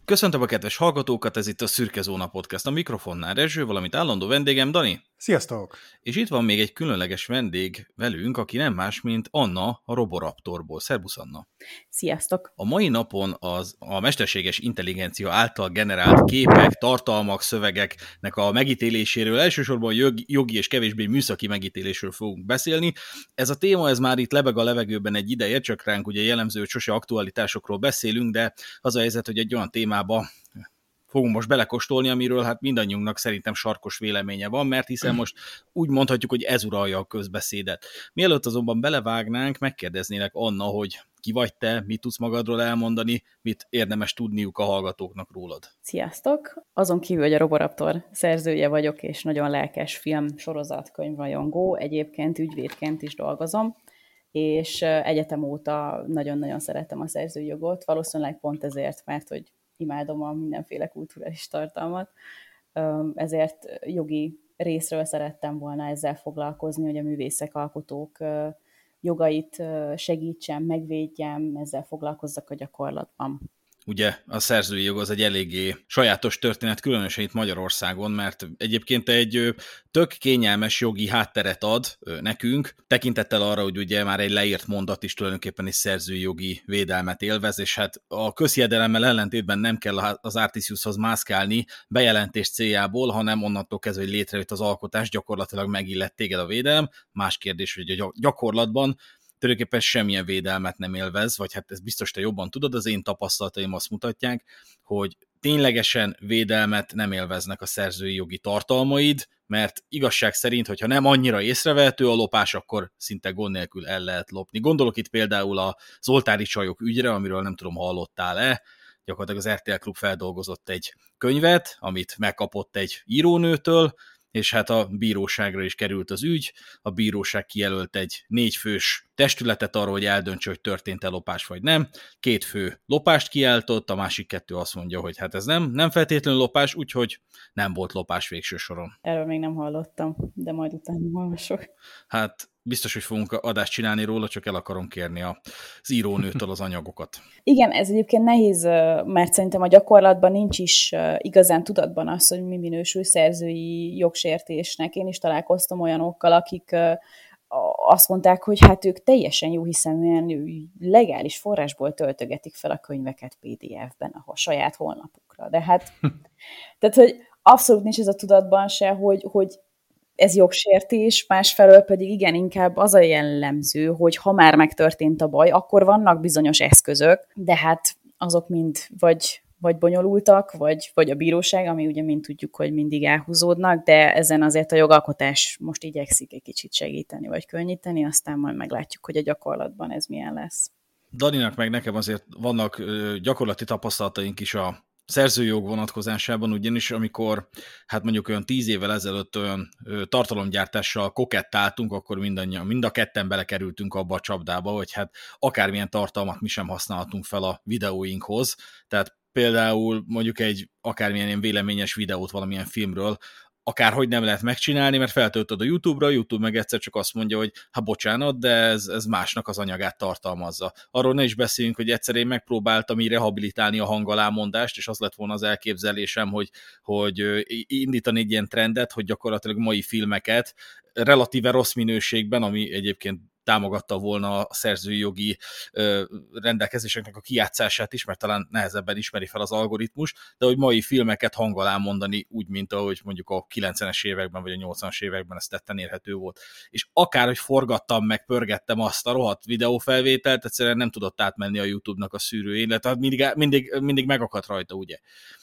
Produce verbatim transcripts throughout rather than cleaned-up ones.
Köszöntöm a kedves hallgatókat, ez itt a Szürke Zóna Podcast. A mikrofonnál Rezső, valamint állandó vendégem Dani. Sziasztok! És itt van még egy különleges vendég velünk, aki nem más, mint Anna a Roboraptorból. Szerbusz, Anna! Sziasztok! A mai napon az a mesterséges intelligencia által generált képek, tartalmak, szövegeknek a megítéléséről, elsősorban jogi és kevésbé műszaki megítélésről fogunk beszélni. Ez a téma, ez már itt lebeg a levegőben egy ideje, csak ránk ugye jellemző, hogy sose aktualitásokról beszélünk, de az a helyzet, hogy egy olyan témába fogunk most belekóstolni, amiről hát mindannyiunknak szerintem sarkos véleménye van, mert hiszen most úgy mondhatjuk, hogy ez uralja a közbeszédet. Mielőtt azonban belevágnánk, megkérdeznélek Anna, hogy ki vagy te, mit tudsz magadról elmondani, mit érdemes tudniuk a hallgatóknak rólad. Sziasztok! Azon kívül, hogy a Roboraptor szerzője vagyok, és nagyon lelkes film, sorozat, könyvrajongó, egyébként ügyvédként is dolgozom, és egyetem óta nagyon-nagyon szeretem a szerzői jogot, valószínűleg pont ezért, mert hogy imádom a mindenféle kulturális tartalmat, ezért jogi részről szerettem volna ezzel foglalkozni, hogy a művészek, alkotók jogait segítsem, megvédjem, ezzel foglalkozzak a gyakorlatban. Ugye a szerzői jog az egy eléggé sajátos történet, különösen itt Magyarországon, mert egyébként egy tök kényelmes jogi hátteret ad nekünk, tekintettel arra, hogy ugye már egy leírt mondat is tulajdonképpen egy szerzői jogi védelmet élvez, és hát a közhiedelemmel ellentétben nem kell az Artisiushoz mászkálni bejelentés céljából, hanem onnantól kezdve, hogy létrejött az alkotás, gyakorlatilag megillett téged a védelem. Más kérdés, hogy a gyakorlatban tulajdonképpen semmilyen védelmet nem élvez, vagy hát ez biztos te jobban tudod, az én tapasztalataim azt mutatják, hogy ténylegesen védelmet nem élveznek a szerzői jogi tartalmaid, mert igazság szerint, hogyha nem annyira észrevehető a lopás, akkor szinte gond nélkül el lehet lopni. Gondolok itt például az oltári csajok ügyre, amiről nem tudom, hallottál-e, gyakorlatilag az er té el Klub feldolgozott egy könyvet, amit megkapott egy írónőtől, és hát a bíróságra is került az ügy, a bíróság kijelölt egy négyfős testületet arról, hogy eldöntse, hogy történt-e lopás vagy nem. Két fő lopást kiáltott, a másik kettő azt mondja, hogy hát ez nem, nem feltétlenül lopás, úgyhogy nem volt lopás végső soron. Erről még nem hallottam, de majd utána olvasok. Hát biztos, hogy fogunk adást csinálni róla, csak el akarom kérni az írónőtől az anyagokat. Igen, ez egyébként nehéz, mert szerintem a gyakorlatban nincs is igazán tudatban az, hogy mi minősül szerzői jogsértésnek. Én is találkoztam olyanokkal, akik azt mondták, hogy hát ők teljesen jóhiszeműen legális forrásból töltögetik fel a könyveket pé dé ef-ben, a saját honlapukra. De hát, tehát, hogy abszolút nincs ez a tudatban se, hogy, hogy ez jogsértés, másfelől pedig igen, inkább az a jellemző, hogy ha már megtörtént a baj, akkor vannak bizonyos eszközök, de hát azok mind vagy, vagy bonyolultak, vagy, vagy a bíróság, ami ugye mind tudjuk, hogy mindig elhúzódnak, de ezen azért a jogalkotás most igyekszik egy kicsit segíteni, vagy könnyíteni, aztán majd meglátjuk, hogy a gyakorlatban ez milyen lesz. Daninak meg nekem azért vannak gyakorlati tapasztalataink is a szerzőjog vonatkozásában, ugyanis amikor hát mondjuk olyan tíz évvel ezelőtt olyan tartalomgyártással kokettáltunk, akkor mindannyian, mind a ketten belekerültünk abba a csapdába, hogy hát akármilyen tartalmat mi sem használhatunk fel a videóinkhoz, tehát például mondjuk egy akármilyen ilyen véleményes videót valamilyen filmről, akárhogy nem lehet megcsinálni, mert feltöltöd a YouTube-ra, a YouTube meg egyszer csak azt mondja, hogy hát bocsánat, de ez, ez másnak az anyagát tartalmazza. Arról ne is beszéljünk, hogy egyszer én megpróbáltam így rehabilitálni a hangalámondást, és az lett volna az elképzelésem, hogy, hogy indítani egy ilyen trendet, hogy gyakorlatilag mai filmeket relatíve rossz minőségben, ami egyébként támogatta volna a szerzői jogi ö, rendelkezéseknek a kijátszását is, mert talán nehezebben ismeri fel az algoritmus, de hogy mai filmeket hanggal mondani úgy, mint ahogy mondjuk a kilencvenes években vagy a nyolcvanas években ez tetten érhető volt. És akárhogy forgattam, meg pörgettem azt a rohadt videófelvételt, egyszerűen nem tudott átmenni a YouTube-nak a szűrőjén, tehát mindig, mindig, mindig megakadt rajta, ugye.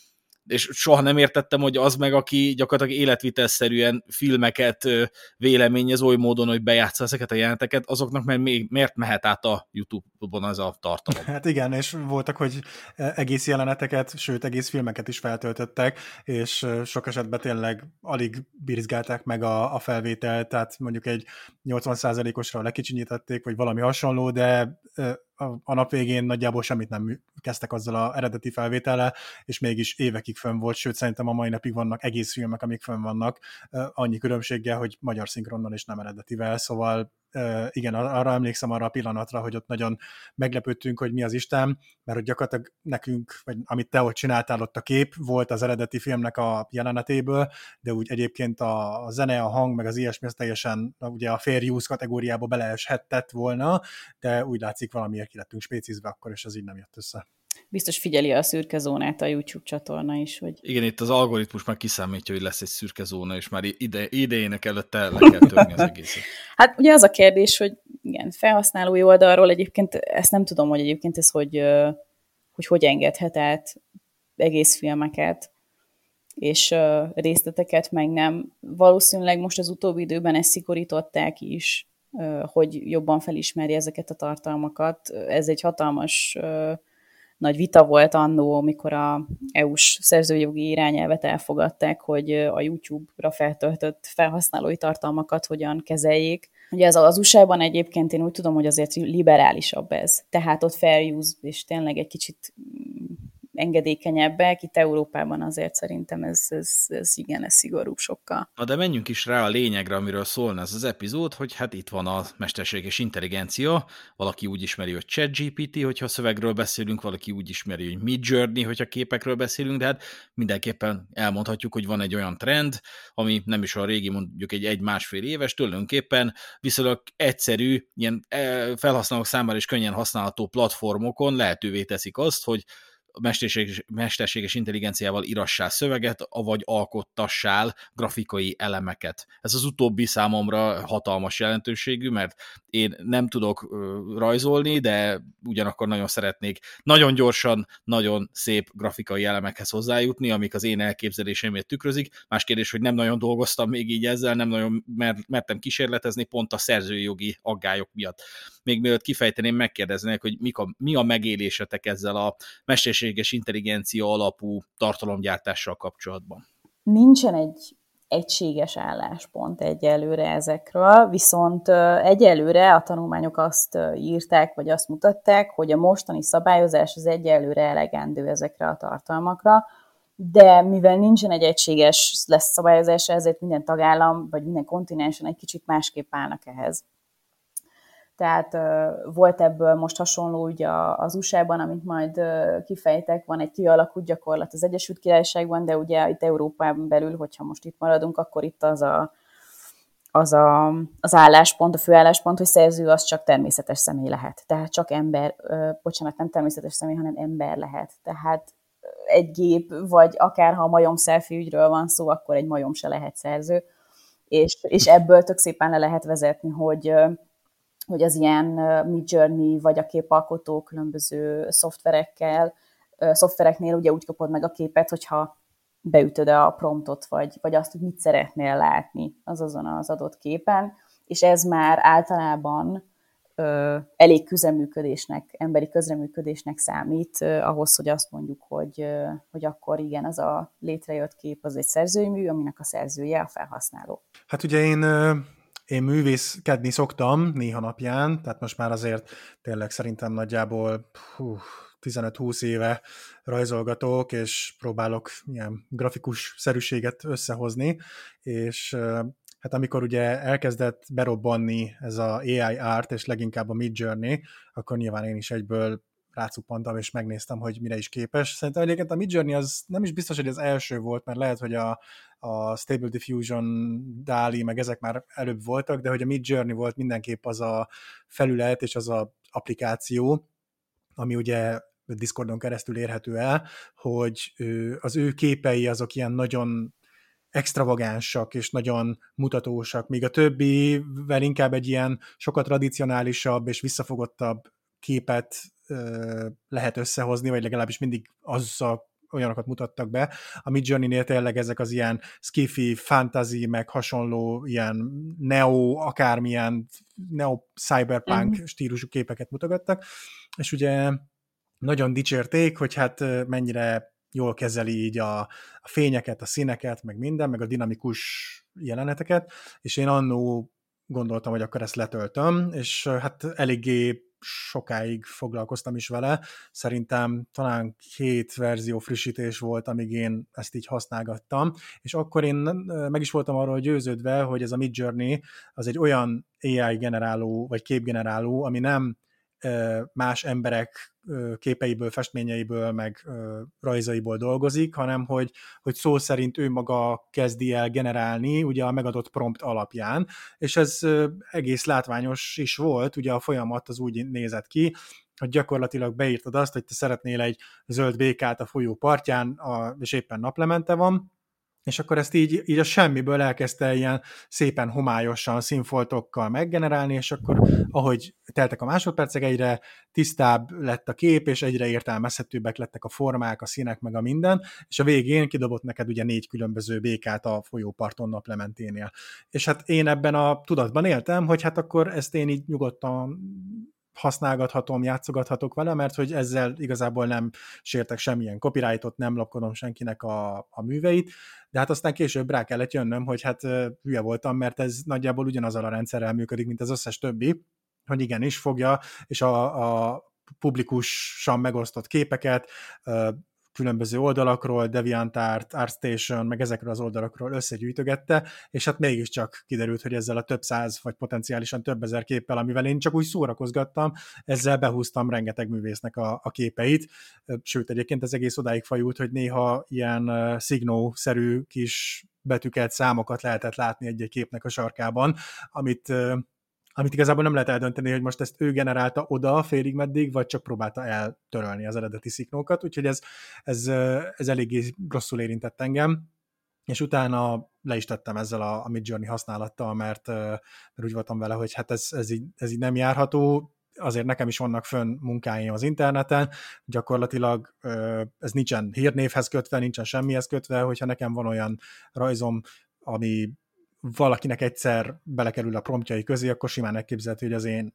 És soha nem értettem, hogy az meg, aki gyakorlatilag életvitelszerűen filmeket véleményez oly módon, hogy bejátsza ezeket a jeleneteket, azoknak mert még, miért mehet át a YouTube-on ez a tartalom? Hát igen, és voltak, hogy egész jeleneteket, sőt egész filmeket is feltöltöttek, és sok esetben tényleg alig birzgálták meg a, a felvételt, tehát mondjuk egy nyolcvan százalékosra lekicsinyítették, vagy valami hasonló, de a nap végén nagyjából semmit nem kezdtek azzal az eredeti felvétellel, és mégis évekig fönn volt, sőt szerintem a mai napig vannak egész filmek, amik fönn vannak, annyi különbséggel, hogy magyar szinkronnal és nem eredetivel, szóval igen, arra emlékszem arra a pillanatra, hogy ott nagyon meglepődtünk, hogy mi az Isten, mert hogy gyakorlatilag nekünk, vagy amit te ott csináltál, ott a kép volt az eredeti filmnek a jelenetéből, de úgy egyébként a, a zene, a hang, meg az ilyesmi, az teljesen ugye a fair use kategóriába beleeshettett volna, de úgy látszik valamiért ki lettünk spécizve akkor, és az így nem jött össze. Biztos figyeli a szürke zónát a YouTube csatorna is, hogy... Igen, itt az algoritmus már kiszámítja, hogy lesz egy szürke zóna, és már ide, idejének előtte le kell törni az egészet. Hát ugye az a kérdés, hogy igen, felhasználói oldalról egyébként ezt nem tudom, hogy egyébként ez hogy hogy, hogy engedhet át egész filmeket, és részleteket meg nem. Valószínűleg most az utóbbi időben ezt szigorították is, hogy jobban felismerje ezeket a tartalmakat. Ez egy hatalmas nagy vita volt annó, amikor a é u-s szerzőjogi irányelvet elfogadták, hogy a YouTube-ra feltöltött felhasználói tartalmakat hogyan kezeljék. Ugye ez az u es á-ban egyébként én úgy tudom, hogy azért liberálisabb ez. Tehát ott fair use, és tényleg egy kicsit engedékenyebbek. Itt Európában azért szerintem ez, ez, ez igen, ez szigorúbb sokkal. Na de menjünk is rá a lényegre, amiről szólna ez az epizód, hogy hát itt van a mesterséges intelligencia, valaki úgy ismeri, hogy ChatGPT, hogyha szövegről beszélünk, valaki úgy ismeri, hogy Midjourney, hogyha képekről beszélünk, de hát mindenképpen elmondhatjuk, hogy van egy olyan trend, ami nem is a régi, mondjuk egy egy-másfél éves, tulajdonképpen viszonylag egyszerű, ilyen felhasználók számára is könnyen használható platformokon lehetővé teszik azt, hogy a mesterséges, mesterséges intelligenciával írassál szöveget, avagy alkottassál grafikai elemeket. Ez az utóbbi számomra hatalmas jelentőségű, mert én nem tudok rajzolni, de ugyanakkor nagyon szeretnék nagyon gyorsan, nagyon szép grafikai elemekhez hozzájutni, amik az én elképzeléseimet tükrözik. Más kérdés, hogy nem nagyon dolgoztam még így ezzel, nem nagyon mer- mertem kísérletezni, pont a szerzői jogi aggályok miatt. Még mielőtt kifejteném, megkérdeznék, hogy mik a, mi a megélésetek ezzel a mesterséges intelligencia alapú tartalomgyártással kapcsolatban? Nincsen egy egységes álláspont egyelőre ezekről, viszont egyelőre a tanulmányok azt írták, vagy azt mutatták, hogy a mostani szabályozás az egyelőre elegendő ezekre a tartalmakra, de mivel nincsen egy egységes lesz szabályozása, ezért minden tagállam, vagy minden kontinensen egy kicsit másképp állnak ehhez. Tehát uh, volt ebből most hasonló ugye az u es á-ban, amit majd uh, kifejtek, van egy kialakult gyakorlat az Egyesült Királyságban, de ugye itt Európában belül, hogyha most itt maradunk, akkor itt az a, az, a, az álláspont, a főálláspont, hogy szerző az csak természetes személy lehet. Tehát csak ember, uh, bocsánat, nem természetes személy, hanem ember lehet. Tehát egy gép, vagy akár ha a majom selfie ügyről van szó, akkor egy majom se lehet szerző. És, és ebből tök szépen le lehet vezetni, hogy hogy az ilyen Midjourney vagy a képalkotó különböző szoftverekkel, szoftvereknél ugye úgy kapod meg a képet, hogyha beütöd a promptot, vagy, vagy azt, hogy mit szeretnél látni az azon az adott képen, és ez már általában ö, elég közreműködésnek, emberi közreműködésnek számít ö, ahhoz, hogy azt mondjuk, hogy, ö, hogy akkor igen, az a létrejött kép az egy szerzői mű, aminek a szerzője a felhasználó. Hát ugye én... Én művészkedni szoktam néha napján, tehát most már azért tényleg szerintem nagyjából hú, tizenöt-húsz éve rajzolgatok, és próbálok ilyen grafikus szerűséget összehozni, és hát amikor ugye elkezdett berobbanni ez a á i art, és leginkább a Midjourney, akkor nyilván én is egyből rácuppantam, és megnéztem, hogy mire is képes. Szerintem egyébként a Midjourney az nem is biztos, hogy az első volt, mert lehet, hogy a, a Stable Diffusion, DALL-E, meg ezek már előbb voltak, de hogy a Midjourney volt mindenképp az a felület, és az a applikáció, ami ugye Discordon keresztül érhető el, hogy az ő képei azok ilyen nagyon extravagánsak és nagyon mutatósak, míg a többivel inkább egy ilyen sokkal tradicionálisabb és visszafogottabb képet lehet összehozni, vagy legalábbis mindig azzal olyanokat mutattak be. A Midjourney-nél tényleg ezek az ilyen sci-fi, fantasy, meg hasonló ilyen neo, akármilyen neo-cyberpunk uh-huh. stílusú képeket mutogattak, és ugye nagyon dicsérték, hogy hát mennyire jól kezeli így a, a fényeket, a színeket, meg minden, meg a dinamikus jeleneteket, és én annó gondoltam, hogy akkor ezt letöltöm, és hát eléggé sokáig foglalkoztam is vele. Szerintem talán két verzió frissítés volt, amíg én ezt így használgattam, és akkor én meg is voltam arról győződve, hogy ez a Midjourney az egy olyan á i generáló, vagy képgeneráló, ami nem más emberek képeiből, festményeiből, meg rajzaiból dolgozik, hanem hogy, hogy szó szerint ő maga kezdi el generálni ugye a megadott prompt alapján, és ez egész látványos is volt, ugye a folyamat az úgy nézett ki, hogy gyakorlatilag beírtad azt, hogy te szeretnél egy zöld békát a folyó partján, a, és éppen naplemente van, és akkor ezt így, így a semmiből elkezdte ilyen szépen homályosan, színfoltokkal meggenerálni, és akkor ahogy teltek a másodpercek, egyre tisztább lett a kép, és egyre értelmezhetőbbek lettek a formák, a színek, meg a minden, és a végén kidobott neked ugye négy különböző békát a folyóparton naplementénél. És hát én ebben a tudatban éltem, hogy hát akkor ezt én így nyugodtan használgathatom, játszogathatok vele, mert hogy ezzel igazából nem sértek semmilyen copyrightot, nem lopkodom senkinek a, a műveit, de hát aztán később rá kellett jönnöm, hogy hát hülye voltam, mert ez nagyjából ugyanazzal a rendszerrel működik, mint az összes többi, hogy igenis fogja, és a, a publikusan megosztott képeket különböző oldalakról, DeviantArt, ArtStation, meg ezekről az oldalakról összegyűjtögette, és hát mégiscsak kiderült, hogy ezzel a több száz, vagy potenciálisan több ezer képpel, amivel én csak úgy szórakozgattam, ezzel behúztam rengeteg művésznek a, a képeit, sőt egyébként ez egész odáig fajult, hogy néha ilyen szignó-szerű kis betűket, számokat lehetett látni egy-egy képnek a sarkában, amit amit igazából nem lehet eldönteni, hogy most ezt ő generálta oda félig meddig, vagy csak próbálta eltörölni az eredeti szignókat, úgyhogy ez, ez, ez eléggé rosszul érintett engem, és utána le is tettem ezzel a, a Midjourney használattal, mert, mert úgy voltam vele, hogy hát ez, ez, így, ez így nem járható, azért nekem is vannak fönn munkáim az interneten, gyakorlatilag ez nincsen hírnévhez kötve, nincsen semmihez kötve, hogyha nekem van olyan rajzom, ami valakinek egyszer belekerül a promptjai közé, akkor simán elképzelhető, hogy az én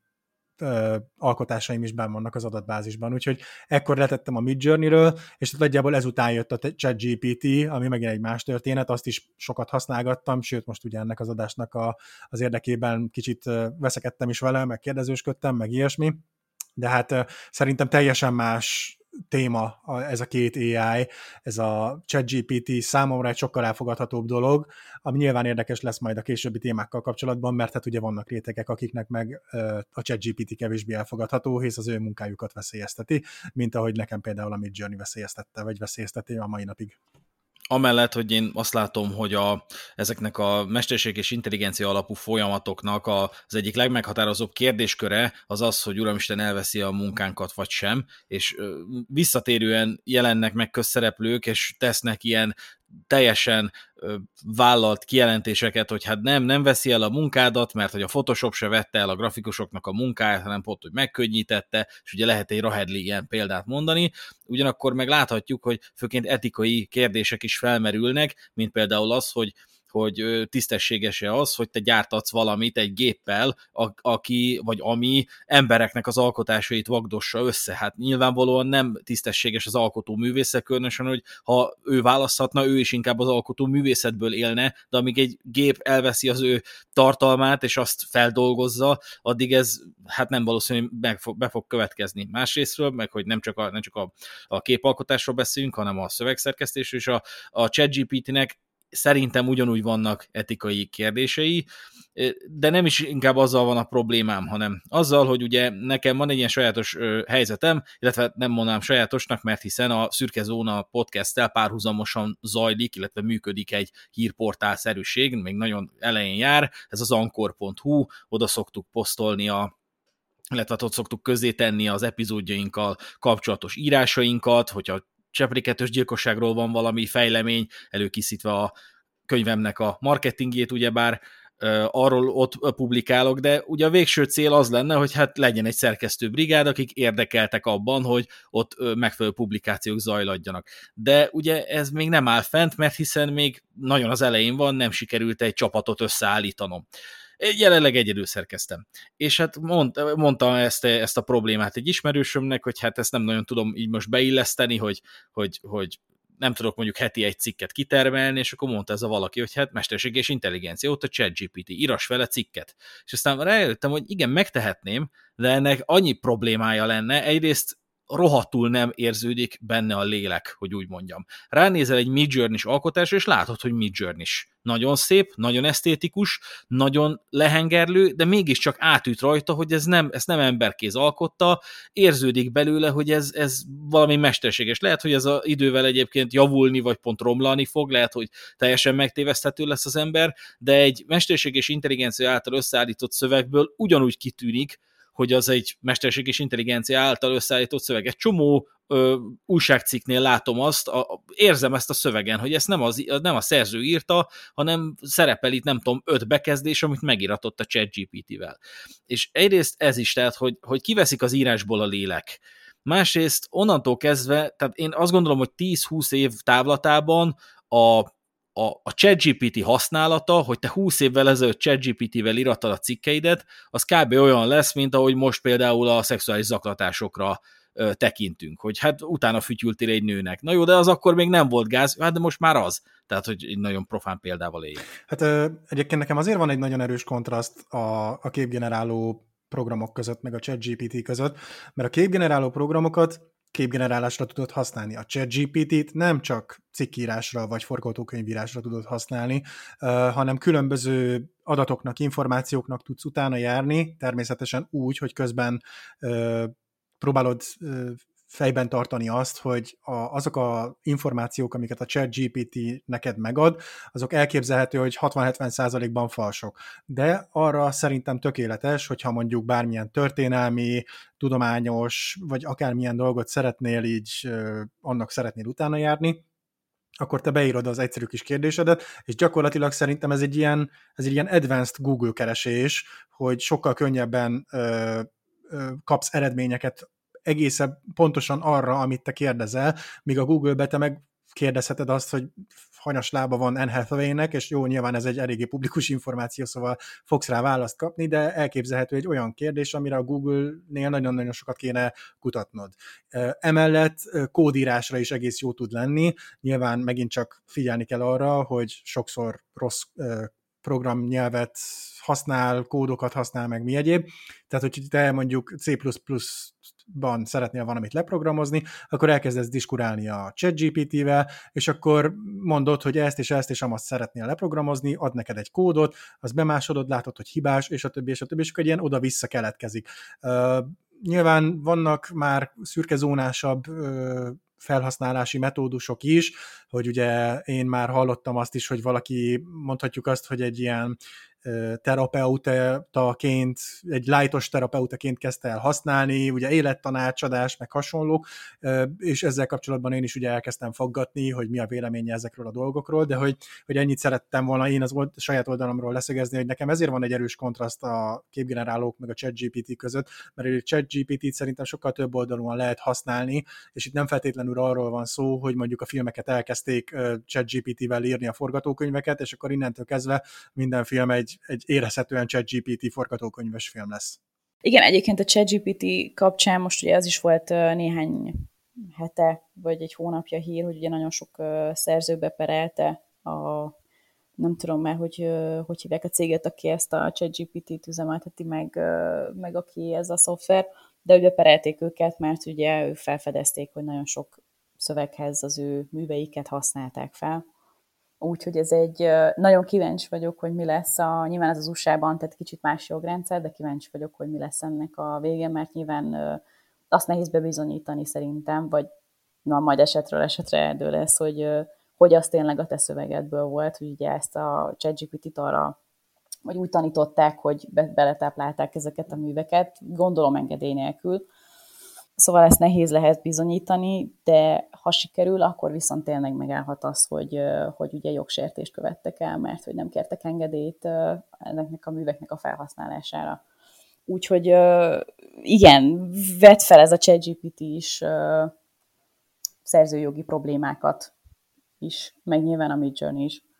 ö, alkotásaim is benn vannak az adatbázisban. Úgyhogy ekkor letettem a Midjourney-ről, és nagyjából ezután jött a ChatGPT, ami megint egy más történet, azt is sokat használgattam, sőt most ugye ennek az adásnak a, az érdekében kicsit veszekedtem is vele, meg kérdezősködtem, meg ilyesmi, de hát ö, szerintem teljesen más téma ez a két á i, ez a ChatGPT számomra egy sokkal elfogadhatóbb dolog, ami nyilván érdekes lesz majd a későbbi témákkal kapcsolatban, mert hát ugye vannak rétegek, akiknek meg a ChatGPT kevésbé elfogadható, hisz az ő munkájukat veszélyezteti, mint ahogy nekem például a Midjourney veszélyeztette, vagy veszélyezteti a mai napig. Amellett, hogy én azt látom, hogy a, ezeknek a mesterség és intelligencia alapú folyamatoknak az egyik legmeghatározóbb kérdésköre az az, hogy Uramisten elveszi a munkánkat vagy sem, és visszatérően jelennek meg közszereplők, és tesznek ilyen teljesen vállalt kijelentéseket, hogy hát nem, nem veszi el a munkádat, mert hogy a Photoshop se vette el a grafikusoknak a munkáját, hanem pont, hogy megkönnyítette, és ugye lehet egy Rahedli ilyen példát mondani, ugyanakkor meg láthatjuk, hogy főként etikai kérdések is felmerülnek, mint például az, hogy hogy tisztességes-e az, hogy te gyártatsz valamit egy géppel, a, aki vagy ami embereknek az alkotásait vagdossa össze. Hát nyilvánvalóan nem tisztességes az alkotó művészet, különösen, hogy ha ő választhatna, ő is inkább az alkotó művészetből élne, de amíg egy gép elveszi az ő tartalmát, és azt feldolgozza, addig ez hát nem valószínű, hogy meg fog, be fog következni. Másrésztről, meg hogy nem csak a, nem csak a, a képalkotásról beszélünk, hanem a szövegszerkesztésről, és a, a ChatGPT-nek szerintem ugyanúgy vannak etikai kérdései, de nem is inkább azzal van a problémám, hanem azzal, hogy ugye nekem van egy ilyen sajátos helyzetem, illetve nem mondanám sajátosnak, mert hiszen a Szürke Zóna podcasttel párhuzamosan zajlik, illetve működik egy hírportálszerűség, még nagyon elején jár, ez az ankor pont hu, oda szoktuk posztolni a illetve ott szoktuk közzétenni az epizódjainkkal kapcsolatos írásainkat, hogyha Csepriketös gyilkosságról van valami fejlemény, előkészítve a könyvemnek a marketingjét, ugyebár arról ott publikálok, de ugye a végső cél az lenne, hogy hát legyen egy szerkesztő brigád, akik érdekeltek abban, hogy ott megfelelő publikációk zajladjanak. De ugye ez még nem áll fent, mert hiszen még nagyon az elején van, nem sikerült egy csapatot összeállítanom. Jelenleg egyedül szerkeztem. És hát mond, mondta ezt, ezt a problémát egy ismerősömnek, hogy hát ezt nem nagyon tudom így most beilleszteni, hogy, hogy, hogy nem tudok mondjuk heti egy cikket kitermelni, és akkor mondta ez a valaki, hogy hát mesterséges intelligencia, ott a ChatGPT, íras vele cikket. És aztán rájöttem, hogy igen, megtehetném, de ennek annyi problémája lenne, egyrészt rohadtul nem érződik benne a lélek, hogy úgy mondjam. Ránézel egy Midjourney-s alkotásra, és látod, hogy Midjourney-s. Nagyon szép, nagyon esztétikus, nagyon lehengerlő, de mégiscsak átüt rajta, hogy ez nem, ezt nem emberkéz alkotta, érződik belőle, hogy ez, ez valami mesterséges. Lehet, hogy ez az idővel egyébként javulni, vagy pont romlani fog, lehet, hogy teljesen megtéveszthető lesz az ember, de egy mesterséges intelligencia által összeállított szövegből ugyanúgy kitűnik, hogy az egy mesterséges intelligencia által összeállított szöveg. Egy csomó ö, újságcikknél látom azt, a, a, érzem ezt a szövegen, hogy ezt nem, az, nem a szerző írta, hanem szerepel itt, nem tudom, öt bekezdés, amit megíratott a ChatGPT-vel. És egyrészt ez is, tehát, hogy, hogy kiveszik az írásból a lélek. Másrészt onnantól kezdve, tehát én azt gondolom, hogy tíz-húsz év távlatában a A, a ChatGPT használata, hogy te húsz évvel ezelőtt ChatGPT-vel irattad a cikkeidet, az kb. Olyan lesz, mint ahogy most például a szexuális zaklatásokra ö, tekintünk, hogy hát utána fütyültél egy nőnek. Na jó, de az akkor még nem volt gáz, hát de most már az. Tehát, hogy egy nagyon profán példával éljek. Hát ö, egyébként nekem azért van egy nagyon erős kontraszt a, a képgeneráló programok között, meg a ChatGPT között, mert a képgeneráló programokat képgenerálásra tudod használni. A ChatGPT-t nem csak cikkírásra vagy forgatókönyvírásra tudod használni, uh, hanem különböző adatoknak, információknak tudsz utána járni, természetesen úgy, hogy közben uh, próbálod uh, fejben tartani azt, hogy a, azok az információk, amiket a ChatGPT neked megad, azok elképzelhető, hogy hatvan-hetven százalékban falsok. De arra szerintem tökéletes, hogyha mondjuk bármilyen történelmi, tudományos, vagy akármilyen dolgot szeretnél így, annak szeretnél utána járni, akkor te beírod az egyszerű kis kérdésedet, és gyakorlatilag szerintem ez egy ilyen, ez egy ilyen advanced Google keresés, hogy sokkal könnyebben ö, ö, kapsz eredményeket egészen pontosan arra, amit te kérdezel, míg a Google-be te meg kérdezheted azt, hogy hanyas lába van Anne Hathaway-nek, és jó, nyilván ez egy eléggé publikus információ, szóval fogsz rá választ kapni, de elképzelhető egy olyan kérdés, amire a Google-nél nagyon-nagyon sokat kéne kutatnod. Emellett kódírásra is egész jó tud lenni, nyilván megint csak figyelni kell arra, hogy sokszor rossz programnyelvet használ, kódokat használ, meg mi egyéb. Tehát, hogy te mondjuk C plusz plusz-ban szeretnél valamit leprogramozni, akkor elkezdesz diskurálni a ChatGPT-vel, és akkor mondod, hogy ezt és ezt és amazt szeretnél leprogramozni, ad neked egy kódot, az bemásodod, látod, hogy hibás, és a többi, és a többi, és akkor egy ilyen oda-vissza keletkezik. Uh, nyilván vannak már szürkezónásabb uh, felhasználási metódusok is, hogy ugye én már hallottam azt is, hogy valaki, mondhatjuk azt, hogy egy ilyen terapeutaként, egy lightos terapeutaként kezdte el használni, ugye élettanácsadás, meg hasonlók, és ezzel kapcsolatban én is ugye elkezdtem faggatni, hogy mi a véleménye ezekről a dolgokról, de hogy, hogy ennyit szerettem volna én az old, saját oldalamról leszögezni, hogy nekem ezért van egy erős kontraszt a képgenerálók meg a ChatGPT között, mert a ChatGPT-t szerintem sokkal több oldalúan lehet használni, és itt nem feltétlenül arról van szó, hogy mondjuk a filmeket elkezdték ChatGPT-vel írni a forgatókönyveket, és akkor innentől kezdve minden film egy egy érezhetően ChatGPT forgatókönyves film lesz. Igen, egyébként a ChatGPT kapcsán most ugye az is volt néhány hete, vagy egy hónapja hír, hogy ugye nagyon sok szerző beperelte a, nem tudom már, hogy hogy hívják a céget, aki ezt a ChatGPT-t üzemelteti, meg, meg aki ez a szoftver, de ugye beperelték őket, mert ugye ők felfedezték, hogy nagyon sok szöveghez az ő műveiket használták fel. Úgyhogy ez egy, nagyon kíváncsi vagyok, hogy mi lesz a, nyilván ez az u es á-ban, tehát kicsit más jogrendszer, de kíváncsi vagyok, hogy mi lesz ennek a vége, mert nyilván azt nehéz bebizonyítani szerintem, vagy na, majd esetről esetre eldől lesz, hogy, hogy az tényleg a te szövegedből volt, hogy ugye ezt a ChatGPT-t arra, vagy úgy tanították, hogy be, beletáplálták ezeket a műveket, gondolom engedély nélkül. Szóval ezt nehéz lehet bizonyítani, de ha sikerül, akkor viszont tényleg megállhat az, hogy, hogy ugye jogsértést követtek el, mert hogy nem kértek engedélyt ezeknek a műveknek a felhasználására. Úgyhogy igen, vett fel ez a ChatGPT is szerzőjogi problémákat is, meg nyilván a Midjourney is.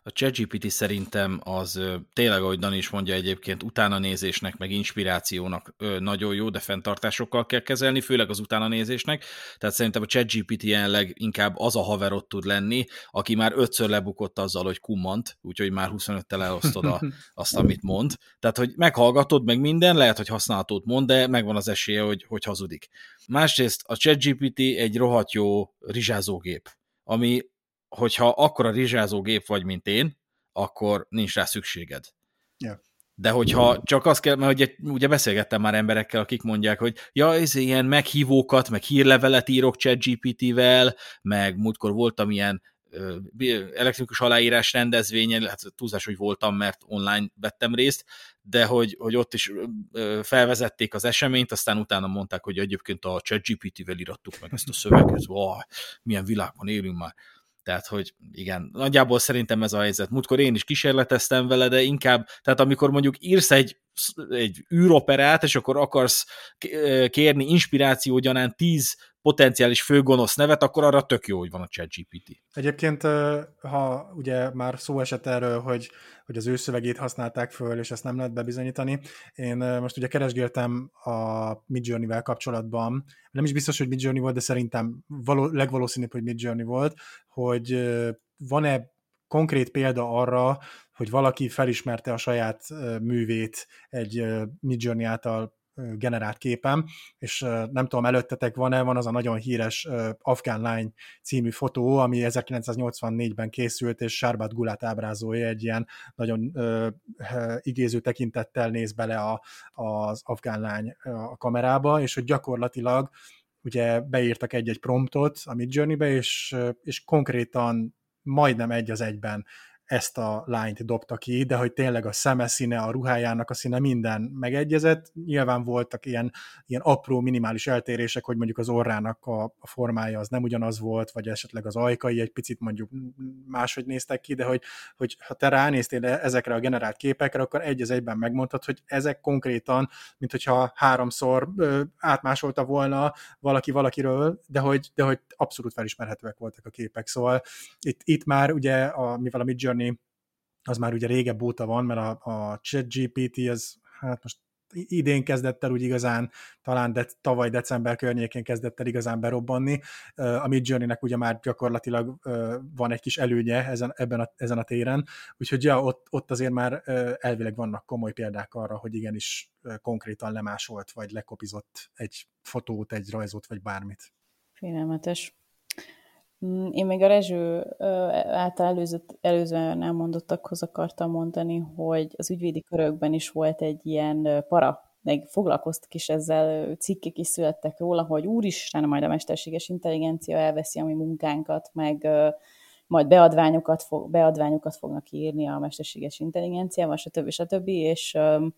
A ChatGPT szerintem az tényleg, ahogy Dani is mondja egyébként, utánanézésnek, meg inspirációnak nagyon jó, de fenntartásokkal kell kezelni, főleg az utánanézésnek. Tehát szerintem a ChatGPT jelenleg inkább az a haverot tud lenni, aki már ötször lebukott azzal, hogy kummant, úgyhogy már huszonöttel elosztod a, azt, amit mond. Tehát, hogy meghallgatod meg minden, lehet, hogy használhatót mond, de megvan az esélye, hogy, hogy hazudik. Másrészt a ChatGPT egy rohadt jó rizsázógép, ami hogyha akkora rizsázógép vagy, mint én, akkor nincs rá szükséged. Yeah. De hogyha csak azt kell, mert ugye, ugye beszélgettem már emberekkel, akik mondják, hogy ja, ez ilyen meghívókat, meg hírlevelet írok ChatGPT-vel, meg múltkor voltam ilyen ö, elektronikus aláírás rendezvényen, hát túlzás, hogy voltam, mert online vettem részt, de hogy, hogy ott is ö, felvezették az eseményt, aztán utána mondták, hogy egyébként a ChatGPT-vel írattuk meg ezt a szöveget, wow, milyen világban élünk már. Tehát, hogy igen, nagyjából szerintem ez a helyzet. Múltkor én is kísérleteztem vele, de inkább, tehát amikor mondjuk írsz egy, egy űroperát, és akkor akarsz kérni inspiráció gyanán tíz potenciális főgonosz nevet, akkor arra tök jó, hogy van a ChatGPT. Egyébként, ha ugye már szó esett erről, hogy, hogy az ő szövegét használták föl, és ezt nem lehet bebizonyítani, én most ugye keresgéltem a Midjourney-vel kapcsolatban, nem is biztos, hogy Midjourney volt, de szerintem való, legvalószínűbb, hogy Midjourney volt, hogy van-e konkrét példa arra, hogy valaki felismerte a saját művét egy Midjourney által generált képem, és nem tudom, előttetek van-e, van az a nagyon híres Afgán lány című fotó, ami ezerkilencszáznyolcvannégyben készült, és Sárbat Gulát ábrázolja, egy ilyen nagyon uh, igéző tekintettel néz bele a, az afgán lány a kamerába, és hogy gyakorlatilag ugye beírtak egy-egy promptot a Midjourney-be, és, és konkrétan majdnem egy az egyben ezt a lányt dobta ki, de hogy tényleg a szeme színe, a ruhájának a színe, minden megegyezett. Nyilván voltak ilyen, ilyen apró, minimális eltérések, hogy mondjuk az orrának a, a formája az nem ugyanaz volt, vagy esetleg az ajkai egy picit mondjuk máshogy néztek ki, de hogy, hogy ha te ránéztél ezekre a generált képekre, akkor egy az egyben megmondtad, hogy ezek konkrétan, mint hogyha háromszor ö, átmásolta volna valaki valakiről, de hogy, de hogy abszolút felismerhetőek voltak a képek. Szóval itt, itt már ugye, a, mivel a Midjourney az már ugye régebb óta van, mert a, a ChatGPT az, hát most idén kezdett el úgy igazán, talán de, tavaly december környékén kezdett el igazán berobbanni. A Midjourney-nek ugye már gyakorlatilag van egy kis előnye ezen, ebben a, ezen a téren, úgyhogy ja, ott, ott azért már elvileg vannak komoly példák arra, hogy igenis konkrétan lemásolt, vagy lekopizott egy fotót, egy rajzot, vagy bármit. Félelmetes. Én még a Rezső által előző, előzően elmondottakhoz akartam mondani, hogy az ügyvédi körökben is volt egy ilyen para, meg foglalkoztak is ezzel, cikkek is születtek róla, hogy úristen, majd a mesterséges intelligencia elveszi a mi munkánkat, meg majd beadványokat, fog, beadványokat fognak írni a mesterséges intelligenciával, stb. stb. És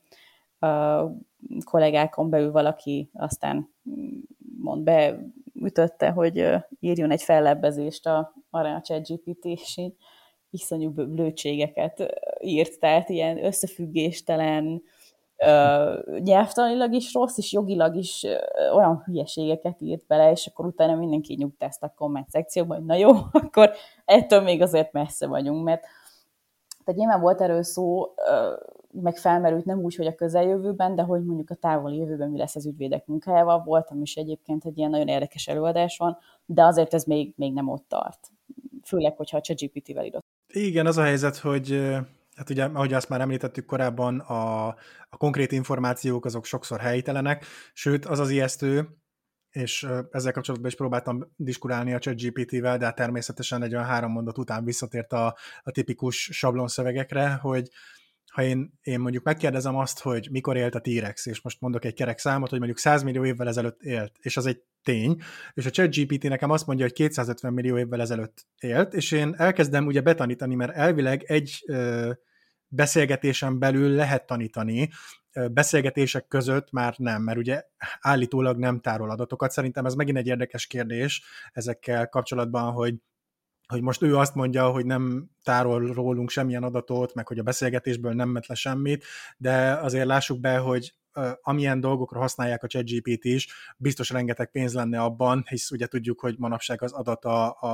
a kollégákon belül valaki aztán mond be, ütötte, hogy írjon egy fellebbezést a, arra a ChatGPT, és így iszonyú blödségeket írt, tehát ilyen összefüggéstelen, uh, nyelvtanilag is rossz, és jogilag is uh, olyan hülyeségeket írt bele, és akkor utána mindenki nyugtázta a komment szekcióban, hogy na jó, akkor ettől még azért messze vagyunk, mert tehát nyilván volt erről szó, uh, meg felmerült nem úgy, hogy a közeljövőben, de hogy mondjuk a távoli jövőben mi lesz az ügyvédek munkájával. Voltam is egyébként egy ilyen nagyon érdekes előadás van, de azért ez még, még nem ott tart. Főleg, hogyha a ChatGPT-vel írott. Igen, az a helyzet, hogy hát ugye, ahogy azt már említettük korábban, a, a konkrét információk azok sokszor helytelenek, sőt, az az ijesztő, és ezzel kapcsolatban is próbáltam diskurálni a ChatGPT-vel, de természetesen egy olyan három mondat után visszatért a, a tipikus sablonszövegekre, hogy ha én, én mondjuk megkérdezem azt, hogy mikor élt a T-rex, és most mondok egy kerek számot, hogy mondjuk száz millió évvel ezelőtt élt, és az egy tény, és a ChatGPT nekem azt mondja, hogy kétszázötven millió évvel ezelőtt élt, és én elkezdem ugye betanítani, mert elvileg egy ö, beszélgetésen belül lehet tanítani, ö, beszélgetések között már nem, mert ugye állítólag nem tárol adatokat. Szerintem ez megint egy érdekes kérdés ezekkel kapcsolatban, hogy hogy most ő azt mondja, hogy nem tárol rólunk semmilyen adatot, meg hogy a beszélgetésből nem ment le semmit, de azért lássuk be, hogy uh, amilyen dolgokra használják a ChatGPT is, biztos rengeteg pénz lenne abban, hisz ugye tudjuk, hogy manapság az adat a, a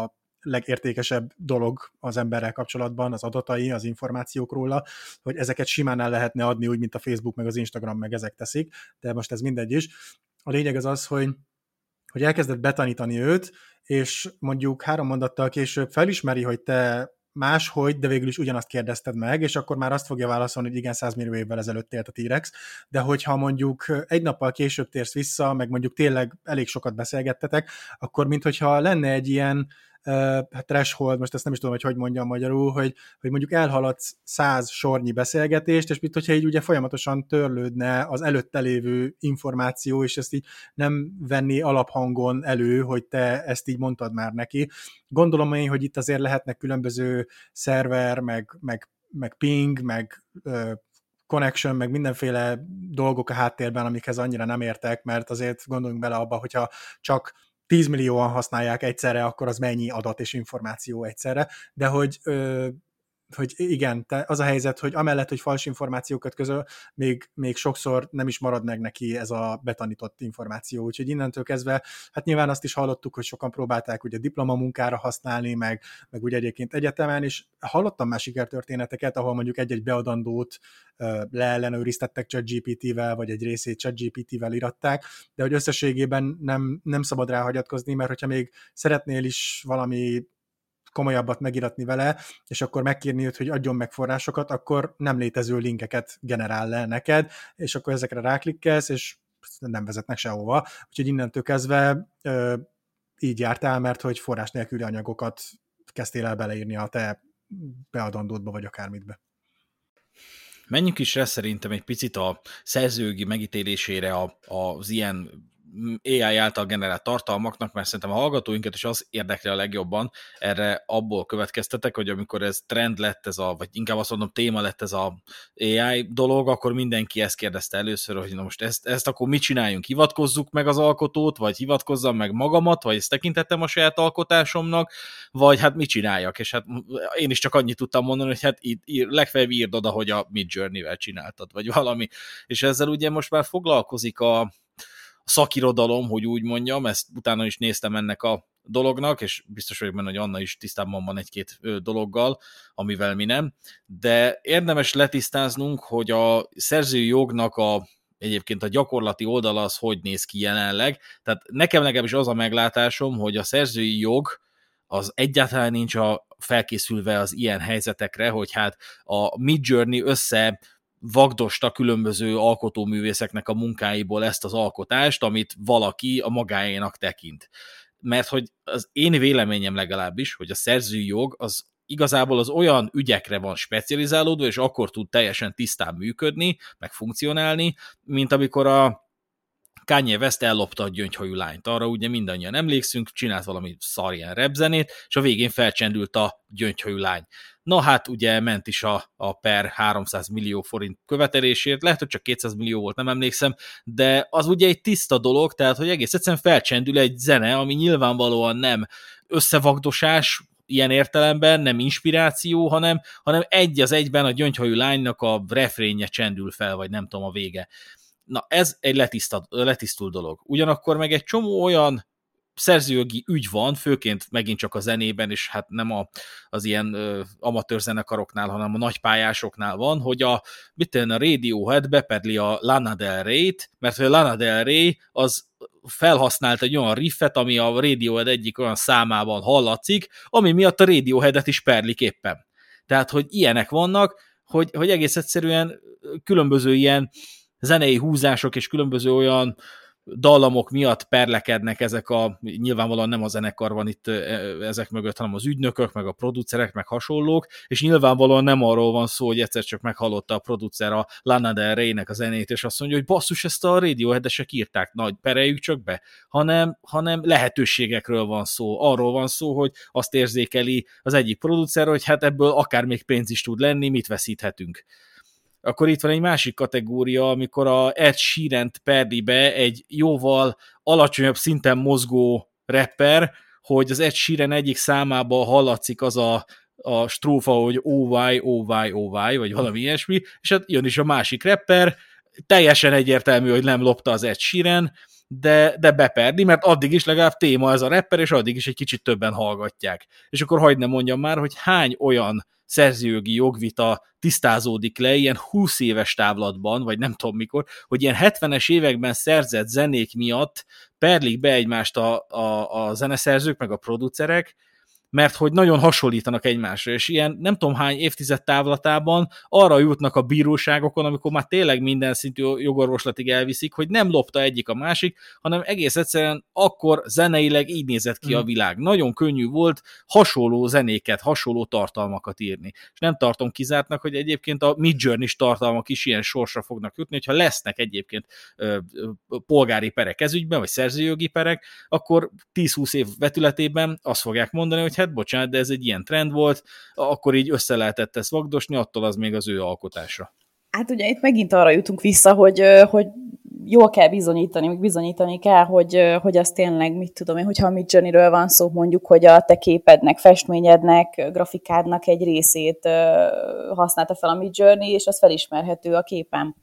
legértékesebb dolog az emberrel kapcsolatban, az adatai, az információk róla, hogy ezeket simán el lehetne adni úgy, mint a Facebook, meg az Instagram, meg ezek teszik, de most ez mindegy is. A lényeg az az, hogy, hogy elkezdett betanítani őt, és mondjuk három mondattal később felismeri, hogy te máshogy, de végül is ugyanazt kérdezted meg, és akkor már azt fogja válaszolni, hogy igen, száz millió évvel ezelőtt élt a T-rex, de hogyha mondjuk egy nappal később térsz vissza, meg mondjuk tényleg elég sokat beszélgettetek, akkor minthogyha lenne egy ilyen uh, threshold, most ezt nem is tudom, hogy hogy mondjam magyarul, hogy, hogy mondjuk elhaladsz száz sornyi beszélgetést, és mint hogyha így ugye folyamatosan törlődne az előtte lévő információ, és ezt így nem venni alaphangon elő, hogy te ezt így mondtad már neki. Gondolom én, hogy itt azért lehetnek különböző szerver, meg, meg, meg ping, meg uh, connection, meg mindenféle dolgok a háttérben, amikhez annyira nem értek, mert azért gondoljunk bele abba, hogyha csak tíz millióan használják egyszerre, akkor az mennyi adat és információ egyszerre, de hogy, ö, hogy igen, te az a helyzet, hogy amellett, hogy fals információkat közöl, még, még sokszor nem is marad meg neki ez a betanított információ, úgyhogy innentől kezdve, hát nyilván azt is hallottuk, hogy sokan próbálták ugye diplomamunkára használni, meg, meg ugye egyébként egyetemen, és hallottam már sikertörténeteket, ahol mondjuk egy-egy beadandót uh, leellenőriztettek ChatGPT-vel, vagy egy részét ChatGPT-vel iratták, de hogy összességében nem, nem szabad rá hagyatkozni, mert hogyha még szeretnél is valami komolyabbat megiratni vele, és akkor megkérni őt, hogy adjon meg forrásokat, akkor nem létező linkeket generál le neked, és akkor ezekre ráklikkelsz, és nem vezetnek sehova. Úgyhogy innentől kezdve ö, így jártál, mert hogy forrás nélküli anyagokat kezdtél el beleírni a te beadandódba, vagy akármitbe. Menjünk is rá szerintem egy picit a szerzőjogi megítélésére a, az ilyen á i által generált tartalmaknak, mert szerintem a hallgatóinkat is az érdekli a legjobban, erre abból következtetek, hogy amikor ez trend lett, ez a, vagy inkább azt mondom téma lett ez a á i dolog, akkor mindenki ezt kérdezte először, hogy na most ezt, ezt akkor mit csináljunk, hivatkozzuk meg az alkotót, vagy hivatkozzam meg magamat, vagy ezt tekintettem a saját alkotásomnak, vagy hát mit csináljak, és hát én is csak annyit tudtam mondani, hogy hát ír, ír, legfeljebb írd oda, hogy a Midjourney-vel csináltad, vagy valami, és ezzel ugye most már foglalkozik a a szakirodalom, hogy úgy mondjam, ezt utána is néztem ennek a dolognak, és biztos vagyok benne, hogy Anna is tisztában van egy-két dologgal, amivel mi nem, de érdemes letisztáznunk, hogy a szerzői jognak a, egyébként a gyakorlati oldala az hogy néz ki jelenleg, tehát nekem legalábbis az a meglátásom, hogy a szerzői jog az egyáltalán nincs a felkészülve az ilyen helyzetekre, hogy hát a Midjourney össze vagdosta különböző alkotóművészeknek a munkáiból ezt az alkotást, amit valaki a magáénak tekint. Mert hogy az én véleményem legalábbis, hogy a szerzői jog az igazából az olyan ügyekre van specializálódva, és akkor tud teljesen tisztán működni, meg funkcionálni, mint amikor a Kanye West ellopta a gyöngyhajú lányt. Arra ugye mindannyian emlékszünk, csinált valami szar ilyen repzenét, és a végén felcsendült a gyöngyhajú lány. Na hát ugye ment is a, a per háromszáz millió forint követelésért, lehet, hogy csak kétszáz millió volt, nem emlékszem, de az ugye egy tiszta dolog, tehát hogy egész egyszerűen felcsendül egy zene, ami nyilvánvalóan nem összevagdosás, ilyen értelemben, nem inspiráció, hanem, hanem egy az egyben a gyöngyhajú lánynak a refrénje csendül fel, vagy nem tudom a vége. Na, ez egy letisztult, letisztult dolog. Ugyanakkor meg egy csomó olyan szerzőjogi ügy van, főként megint csak a zenében, és hát nem a, az ilyen ö, amatőr zenekaroknál, hanem a nagypályásoknál van, hogy a, mit tenni, a Radiohead bepedli a Lana Del Rey-t, mert a Lana Del Rey az felhasznált egy olyan riffet, ami a Radiohead egyik olyan számában hallatszik, ami miatt a Radioheadet is perlik éppen. Tehát, hogy ilyenek vannak, hogy, hogy egész egyszerűen különböző ilyen zenei húzások és különböző olyan dallamok miatt perlekednek ezek a, nyilvánvalóan nem a zenekar van itt ezek mögött, hanem az ügynökök, meg a producerek, meg hasonlók, és nyilvánvalóan nem arról van szó, hogy egyszer csak meghallotta a producer a Lana Del Rey-nek a zenét, és azt mondja, hogy basszus, ezt a Radiohead-esek írták, nagy pereljük csak be, hanem, hanem lehetőségekről van szó, arról van szó, hogy azt érzékeli az egyik producer, hogy hát ebből akár még pénz is tud lenni, mit veszíthetünk. Akkor itt van egy másik kategória, amikor a Ed Sheerant perli be egy jóval alacsonyabb szinten mozgó rapper, hogy az Ed Sheeran egyik számában hallatszik az a, a strófa, hogy oh why, oh why, oh why, vagy valami ilyesmi, és hát jön is a másik rapper, teljesen egyértelmű, hogy nem lopta az Ed Sheeran, de, de beperdi, mert addig is legalább téma ez a rapper, és addig is egy kicsit többen hallgatják. És akkor hagyd ne mondjam már, hogy hány olyan szerzőjogi jogvita tisztázódik le ilyen húsz éves távlatban, vagy nem tudom mikor, hogy ilyen hetvenes években szerzett zenék miatt perlik be egymást a, a, a zeneszerzők, meg a producerek, mert hogy nagyon hasonlítanak egymásra, és ilyen nem tudom hány évtized távlatában arra jutnak a bíróságokon, amikor már tényleg minden szintű jogorvoslatig elviszik, hogy nem lopta egyik a másik, hanem egész egyszerűen akkor zeneileg így nézett ki a világ. Nagyon könnyű volt hasonló zenéket, hasonló tartalmakat írni. És nem tartom kizártnak, hogy egyébként a Midjourney-s tartalmak is ilyen sorsra fognak jutni, hogyha lesznek egyébként ö, ö, polgári perek ezügyben, vagy szerzőjogi perek, akkor tíz-húsz év vetületében azt fogják mondani, hogy hát bocsánat, de ez egy ilyen trend volt, akkor így össze lehetett ezt vagdosni, attól az még az ő alkotása. Hát ugye itt megint arra jutunk vissza, hogy, hogy jól kell bizonyítani, még bizonyítani kell, hogy, hogy az tényleg, mit tudom én, hogyha a Midjourney-ről van szó, mondjuk, hogy a te képednek, festményednek, grafikádnak egy részét használta fel a Midjourney, és az felismerhető a képen.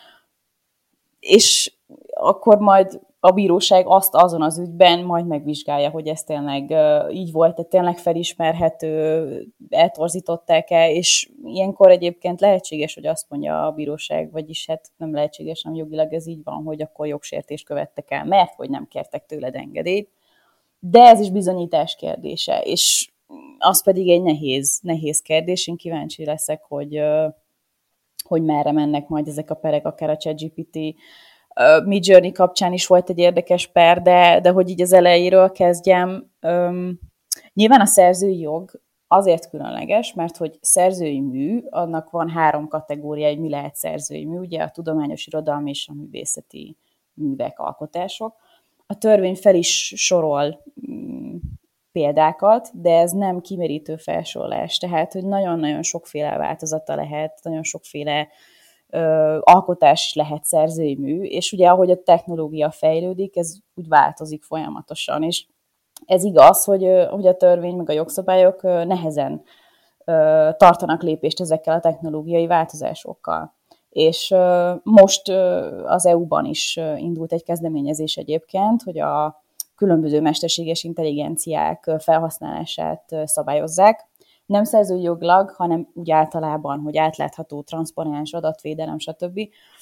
És akkor majd a bíróság azt azon az ügyben majd megvizsgálja, hogy ez tényleg uh, így volt, tehát tényleg felismerhető, eltorzították-e, és ilyenkor egyébként lehetséges, hogy azt mondja a bíróság, vagyis hát nem lehetséges, hanem jogilag ez így van, hogy akkor jogsértést követtek el, mert hogy nem kértek tőled engedélyt, de ez is bizonyítás kérdése, és az pedig egy nehéz, nehéz kérdés, én kíváncsi leszek, hogy, uh, hogy merre mennek majd ezek a perek, akár a ChatGPT Uh, Midjourney kapcsán is volt egy érdekes per, de, de hogy így az elejéről kezdjem. Um, nyilván a szerzői jog azért különleges, mert hogy szerzői mű, annak van három kategória, hogy mi lehet szerzői mű, ugye a tudományos, irodalmi és a művészeti művek, alkotások. A törvény fel is sorol um, példákat, de ez nem kimerítő felsorolás, tehát hogy nagyon-nagyon sokféle változata lehet, nagyon sokféle Ö, alkotás is lehet szerzői mű, és ugye ahogy a technológia fejlődik, ez úgy változik folyamatosan, és ez igaz, hogy, hogy a törvény meg a jogszabályok nehezen ö, tartanak lépést ezekkel a technológiai változásokkal. És ö, most ö, az é u-ban is indult egy kezdeményezés egyébként, hogy a különböző mesterséges intelligenciák felhasználását szabályozzák, nem szerzői joglag, hanem úgy általában, hogy átlátható, transzparens adatvédelem, stb.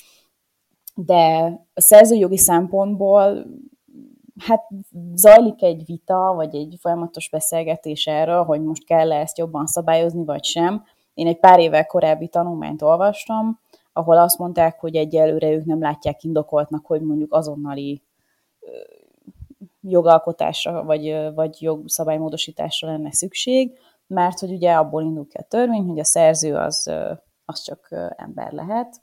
De a szerzői jogi szempontból hát zajlik egy vita, vagy egy folyamatos beszélgetés erről, hogy most kell-e ezt jobban szabályozni, vagy sem. Én egy pár évvel korábbi tanulmányt olvastam, ahol azt mondták, hogy egyelőre ők nem látják indokoltnak, hogy mondjuk azonnali jogalkotásra, vagy, vagy jogszabálymódosításra lenne szükség, mert hogy ugye abból indul ki a törvény, hogy a szerző az, az csak ember lehet,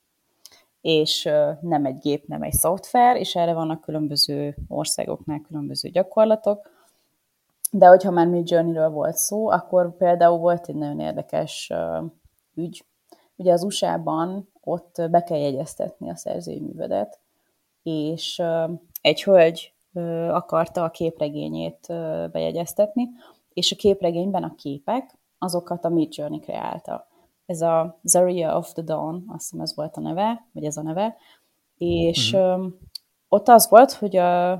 és nem egy gép, nem egy szoftver, és erre vannak különböző országoknál különböző gyakorlatok. De hogyha már Midjourney-ről volt szó, akkor például volt egy nagyon érdekes ügy. Ugye az u es á-ban ott be kell jegyeztetni a szerzői művedet, és egy hölgy akarta a képregényét bejegyeztetni, és a képregényben a képek, azokat a Midjourney kreálta. Ez a Zarya of the Dawn, azt hiszem ez volt a neve, vagy ez a neve, és uh-huh. ott az volt, hogy a,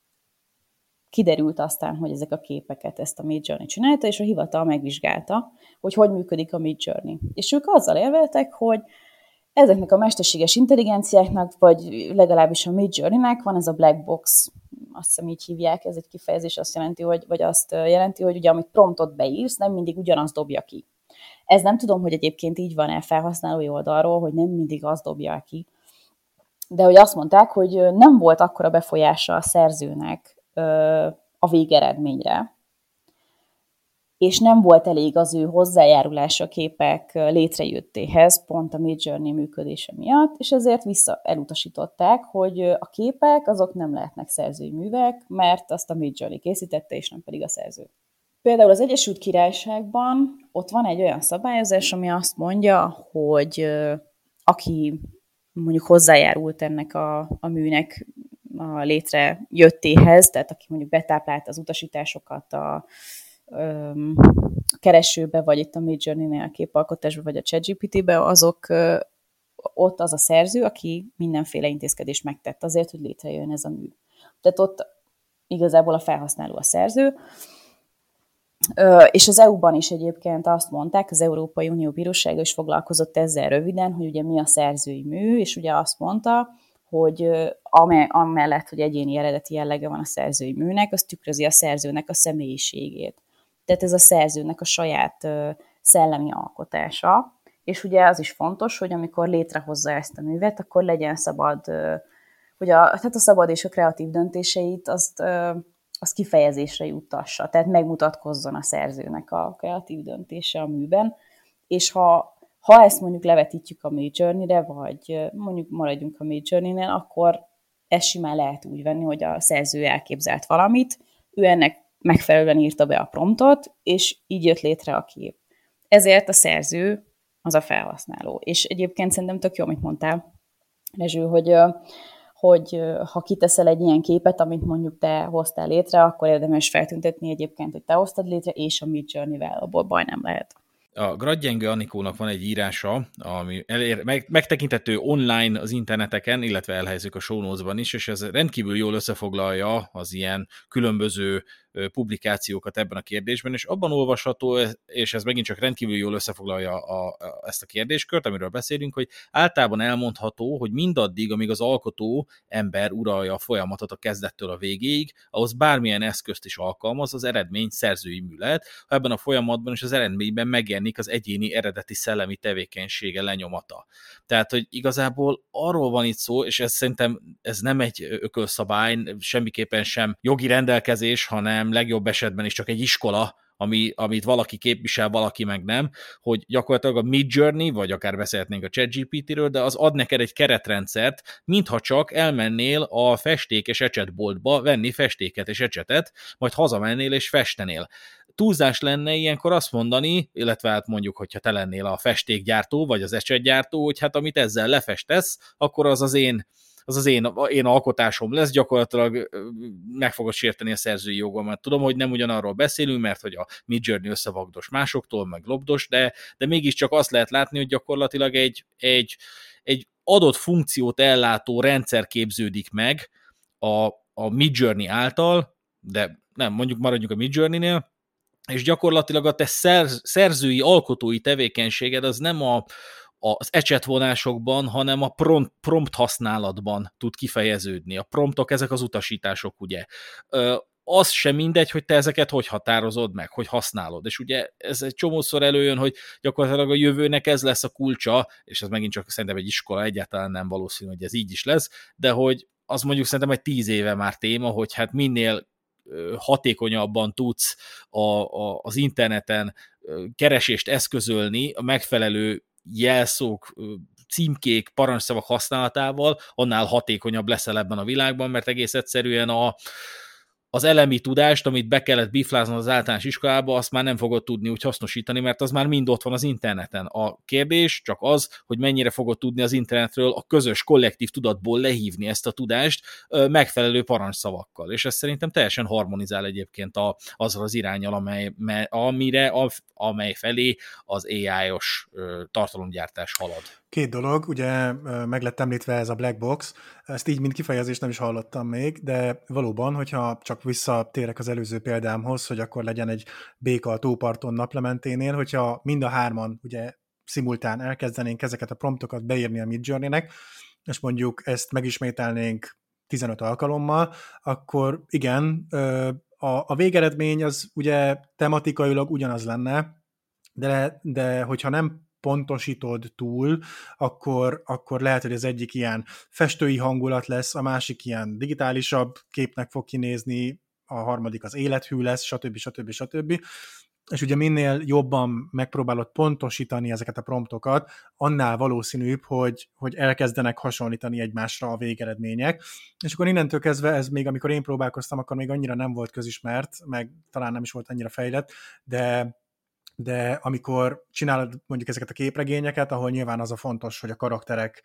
kiderült aztán, hogy ezek a képeket ezt a Midjourney csinálta, és a hivatal megvizsgálta, hogy hogy működik a Midjourney. És ők azzal érveltek, hogy ezeknek a mesterséges intelligenciáknak, vagy legalábbis a Midjourney-nek van ez a black box, azt hiszem így hívják, ez egy kifejezés, azt jelenti, hogy, vagy azt jelenti, hogy ugye amit promptot beírsz, nem mindig ugyanazt dobja ki. Ez nem tudom, hogy egyébként így van-e felhasználói oldalról, hogy nem mindig azt dobja ki, de hogy azt mondták, hogy nem volt akkora befolyása a szerzőnek a végeredményre, és nem volt elég az ő hozzájárulása a képek létrejöttéhez, pont a Midjourney működése miatt, és ezért vissza elutasították, hogy a képek azok nem lehetnek szerzői művek, mert azt a Midjourney készítette, és nem pedig a szerző. Például az Egyesült Királyságban ott van egy olyan szabályozás, ami azt mondja, hogy aki mondjuk hozzájárult ennek a, a műnek a létrejöttéhez, tehát aki mondjuk betáplált az utasításokat a a keresőbe, vagy itt a Midjourney-nél a képalkotásba, vagy a ChatGPT-be, azok, ott az a szerző, aki mindenféle intézkedést megtett azért, hogy létrejön ez a mű. Tehát ott igazából a felhasználó a szerző, és az é u-ban is egyébként azt mondták, az Európai Unió Bírósága is foglalkozott ezzel röviden, hogy ugye mi a szerzői mű, és ugye azt mondta, hogy amellett, hogy egyéni eredeti jellege van a szerzői műnek, az tükrözi a szerzőnek a személyiségét. Tehát ez a szerzőnek a saját szellemi alkotása, és ugye az is fontos, hogy amikor létrehozza ezt a művet, akkor legyen szabad, hogy a, tehát a szabad és a kreatív döntéseit azt, azt kifejezésre juttassa, tehát megmutatkozzon a szerzőnek a kreatív döntése a műben, és ha Ha ezt mondjuk levetítjük a Midjourney-re, vagy mondjuk maradjunk a Midjourney-nél, akkor ezt simán lehet úgy venni, hogy a szerző elképzelt valamit, ő ennek megfelelően írta be a promptot, és így jött létre a kép. Ezért a szerző az a felhasználó. És egyébként szerintem tök jó, amit mondtál, Rezső, hogy, hogy ha kiteszel egy ilyen képet, amit mondjuk te hoztál létre, akkor érdemes feltüntetni egyébként, hogy te hoztad létre, és a Midjourney-vel, abból baj nem lehet. A Gradgyenge Anikónak van egy írása, ami elér, meg, megtekintető online az interneteken, illetve elhelyezzük a show notes-ban is, és ez rendkívül jól összefoglalja az ilyen különböző publikációkat ebben a kérdésben, és abban olvasható, és ez megint csak rendkívül jól összefoglalja a, a, ezt a kérdéskört, amiről beszélünk, hogy általában elmondható, hogy mindaddig, amíg az alkotó ember uralja a folyamatot a kezdettől a végéig, ahhoz bármilyen eszközt is alkalmaz, az eredmény szerzői mű lehet, ha ebben a folyamatban és az eredményben megjelenik az egyéni eredeti szellemi tevékenysége lenyomata. Tehát, hogy igazából arról van itt szó, és ez szerintem ez nem egy ökölszabály, semmiképpen sem jogi rendelkezés, hanem legjobb esetben is csak egy iskola, ami, amit valaki képvisel, valaki meg nem, hogy gyakorlatilag a Midjourney, vagy akár beszélhetnénk a ChatGPT-ről, de az ad neked egy keretrendszert, mintha csak elmennél a festék és ecsetboltba venni festéket és ecsetet, majd hazamennél és festenél. Túlzás lenne ilyenkor azt mondani, illetve hát mondjuk, hogyha te lennél a festékgyártó, vagy az ecsetgyártó, hogy hát amit ezzel lefestesz, akkor az az én az az én, én alkotásom lesz, gyakorlatilag meg fogod sérteni a szerzői jogomat. Tudom, hogy nem ugyanarról beszélünk, mert hogy a Midjourney összevagdos másoktól, meg lopdos, de, de mégiscsak azt lehet látni, hogy gyakorlatilag egy, egy, egy adott funkciót ellátó rendszer képződik meg a, a Midjourney által, de nem, mondjuk maradjunk a Midjourney-nél, és gyakorlatilag a te szerz, szerzői, alkotói tevékenységed az nem a az ecsetvonásokban, hanem a prompt, prompt használatban tud kifejeződni. A promptok, ezek az utasítások, ugye. Ö, az sem mindegy, hogy te ezeket hogy határozod meg, hogy használod. És ugye ez egy csomószor előjön, hogy gyakorlatilag a jövőnek ez lesz a kulcsa, és ez megint csak szerintem egy iskola, egyáltalán nem valószínű, hogy ez így is lesz, de hogy az mondjuk szerintem egy tíz éve már téma, hogy hát minél hatékonyabban tudsz a, a, az interneten keresést eszközölni a megfelelő jelszók, címkék, parancsszavak használatával, annál hatékonyabb leszel ebben a világban, mert egész egyszerűen a, az elemi tudást, amit be kellett bifláznod az általános iskolába, azt már nem fogod tudni úgy hasznosítani, mert az már mind ott van az interneten. A kérdés csak az, hogy mennyire fogod tudni az internetről a közös kollektív tudatból lehívni ezt a tudást megfelelő parancsszavakkal. És ez szerintem teljesen harmonizál egyébként a, azzal az iránnyal, amely, amire, amely felé az á i-os tartalomgyártás halad. Két dolog, ugye meg lett említve ez a black box, ezt így mint kifejezést nem is hallottam még, de valóban, hogyha csak visszatérek az előző példámhoz, hogy akkor legyen egy béka a tóparton naplementénél, hogyha mind a hárman ugye szimultán elkezdenénk ezeket a promptokat beírni a Midjourney-nek, és mondjuk ezt megismételnénk tizenöt alkalommal, akkor igen, a, a végeredmény az ugye tematikailag ugyanaz lenne, de, de hogyha nem pontosítod túl, akkor, akkor lehet, hogy az egyik ilyen festői hangulat lesz, a másik ilyen digitálisabb képnek fog kinézni, a harmadik az élethű lesz, stb. stb. stb. És ugye minél jobban megpróbálod pontosítani ezeket a promptokat, annál valószínűbb, hogy, hogy elkezdenek hasonlítani egymásra a végeredmények. És akkor innentől kezdve, ez még amikor én próbálkoztam, akkor még annyira nem volt közismert, meg talán nem is volt annyira fejlett, de de amikor csinálod mondjuk ezeket a képregényeket, ahol nyilván az a fontos, hogy a karakterek,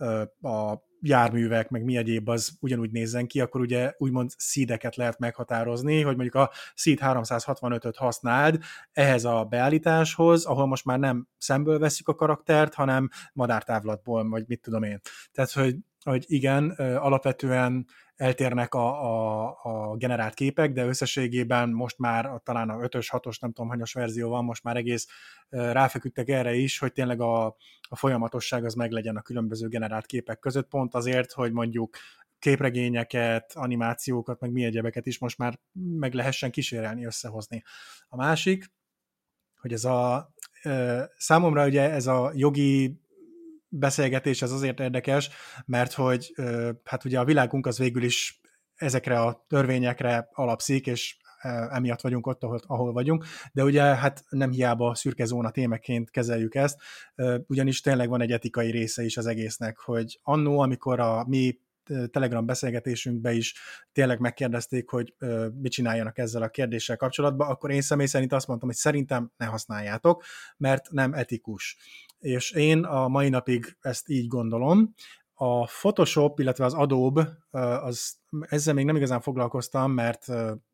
a járművek, meg mi egyéb az ugyanúgy nézzen ki, akkor ugye úgymond seedeket lehet meghatározni, hogy mondjuk a seed háromszázhatvanötöt használd ehhez a beállításhoz, ahol most már nem szemből veszük a karaktert, hanem madártávlatból, vagy mit tudom én. Tehát, hogy, hogy igen, alapvetően eltérnek a, a, a generált képek, de összességében most már talán a ötös, hatos, nem tudom, hanyas verzió van, most már egész ráfeküdtek erre is, hogy tényleg a, a folyamatosság az meglegyen a különböző generált képek között, pont azért, hogy mondjuk képregényeket, animációkat, meg mi egyebeket is most már meg lehessen kísérelni, összehozni. A másik, hogy ez a számomra ugye ez a jogi beszélgetés az azért érdekes, mert hogy hát ugye a világunk az végül is ezekre a törvényekre alapszik, és emiatt vagyunk ott, ahol, ahol vagyunk, de ugye hát nem hiába szürke zóna témaként kezeljük ezt, ugyanis tényleg van egy etikai része is az egésznek, hogy annó, amikor a mi Telegram beszélgetésünkbe is tényleg megkérdezték, hogy mit csináljanak ezzel a kérdéssel kapcsolatban, akkor én személy szerint azt mondtam, hogy szerintem ne használjátok, mert nem etikus. És én a mai napig ezt így gondolom. A Photoshop, illetve az Adobe, az, ezzel még nem igazán foglalkoztam, mert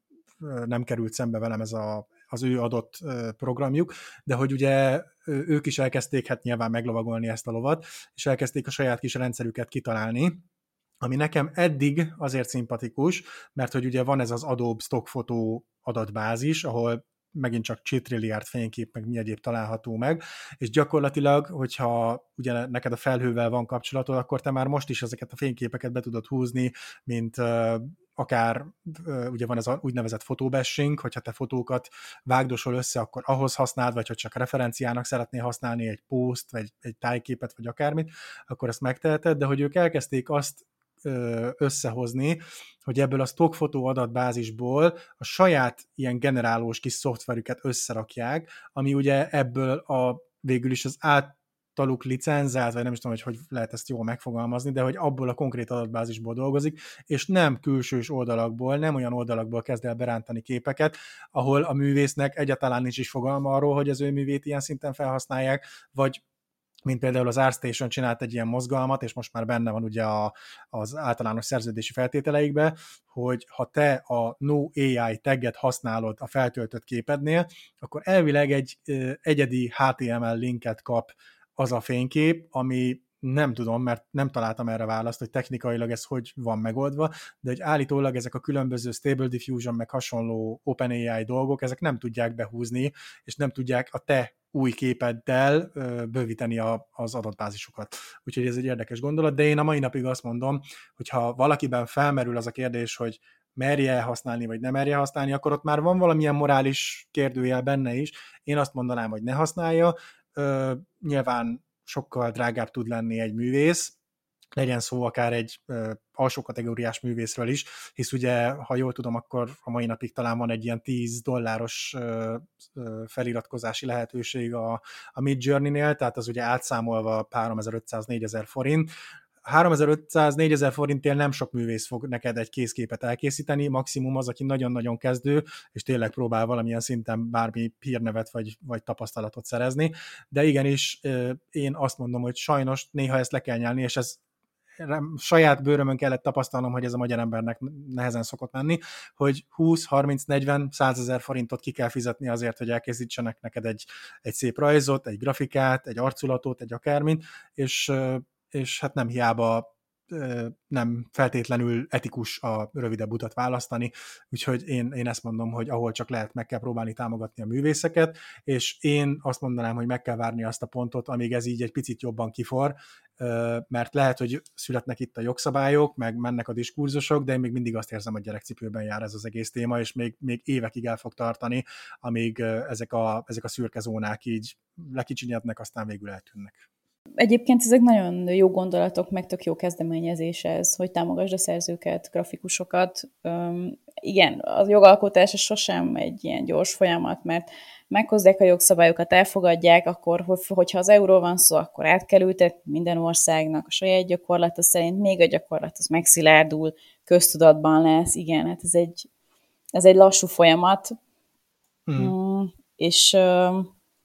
nem került szembe velem ez a, az ő adott programjuk, de hogy ugye ők is elkezdték hát nyilván meglovagolni ezt a lovat, és elkezdték a saját kis rendszerüket kitalálni, ami nekem eddig azért szimpatikus, mert hogy ugye van ez az Adobe Stock Photo adatbázis, ahol megint csak két trilliárd fénykép, meg mi egyéb található meg, és gyakorlatilag, hogyha ugye neked a felhővel van kapcsolatod, akkor te már most is ezeket a fényképeket be tudod húzni, mint uh, akár uh, ugye van ez a úgynevezett fotobashing, hogyha te fotókat vágdosol össze, akkor ahhoz használd, vagy hogy csak referenciának szeretnél használni egy poszt, vagy egy tájképet, vagy akármit, akkor ezt megteheted, de hogy ők elkezdték azt összehozni, hogy ebből a stockfotó adatbázisból a saját ilyen generálós kis szoftverüket összerakják, ami ugye ebből a végül is az általuk licenzált, vagy nem is tudom, hogy hogy lehet ezt jól megfogalmazni, de hogy abból a konkrét adatbázisból dolgozik, és nem külsős oldalakból, nem olyan oldalakból kezd el berántani képeket, ahol a művésznek egyáltalán nincs is fogalma arról, hogy az ő művét ilyen szinten felhasználják, vagy mint például az ArtStation csinált egy ilyen mozgalmat, és most már benne van ugye a, az általános szerződési feltételeikbe, hogy ha te a No á i tagget használod a feltöltött képednél, akkor elvileg egy ö, egyedi há té em el linket kap az a fénykép, ami nem tudom, mert nem találtam erre választ, hogy technikailag ez hogy van megoldva, de hogy állítólag ezek a különböző Stable Diffusion meg hasonló OpenAI dolgok, ezek nem tudják behúzni, és nem tudják a te új képeddel ö, bővíteni a, az adatbázisokat. Úgyhogy ez egy érdekes gondolat, de én a mai napig azt mondom, hogy ha valakiben felmerül az a kérdés, hogy merje használni, vagy nem merje használni, akkor ott már van valamilyen morális kérdőjel benne is. Én azt mondanám, hogy ne használja. Ö, nyilván sokkal drágább tud lenni egy művész, legyen szó akár egy ö, alsó kategóriás művészről is, hisz ugye, ha jól tudom, akkor a mai napig talán van egy ilyen tíz dolláros ö, ö, feliratkozási lehetőség a, a Midjourney-nél, tehát az ugye átszámolva háromezer-ötszáz-négyezer forint. háromezer-ötszáz-négyezer forintért nem sok művész fog neked egy készképet elkészíteni, maximum az, aki nagyon-nagyon kezdő, és tényleg próbál valamilyen szinten bármi hírnevet vagy, vagy tapasztalatot szerezni, de igenis én azt mondom, hogy sajnos néha ezt le kell nyelni, és ez saját bőrömön kellett tapasztalnom, hogy ez a magyar embernek nehezen szokott menni, hogy húsz, harminc, negyven, százezer forintot ki kell fizetni azért, hogy elkészítsenek neked egy, egy szép rajzot, egy grafikát, egy arculatot, egy akármint, és és hát nem hiába nem feltétlenül etikus a rövidebb utat választani, úgyhogy én, én ezt mondom, hogy ahol csak lehet, meg kell próbálni támogatni a művészeket, és én azt mondanám, hogy meg kell várni azt a pontot, amíg ez így egy picit jobban kifor, mert lehet, hogy születnek itt a jogszabályok, meg mennek a diskurzusok, de én még mindig azt érzem, hogy gyerekcipőben jár ez az egész téma, és még, még évekig el fog tartani, amíg ezek a, ezek a szürke zónák így lekicsinyednek, aztán végül eltűnnek. Egyébként ezek nagyon jó gondolatok, meg tök jó kezdeményezés ez, hogy támogasd a szerzőket, grafikusokat. Üm, igen, a jogalkotás sosem egy ilyen gyors folyamat, mert meghozzák a jogszabályokat, elfogadják, akkor, hogyha az euróról van szó, akkor át kell ültetni minden országnak a saját gyakorlata szerint, még a gyakorlat az megszilárdul, köztudatban lesz, igen, hát ez egy, ez egy lassú folyamat. Mm. Mm, és...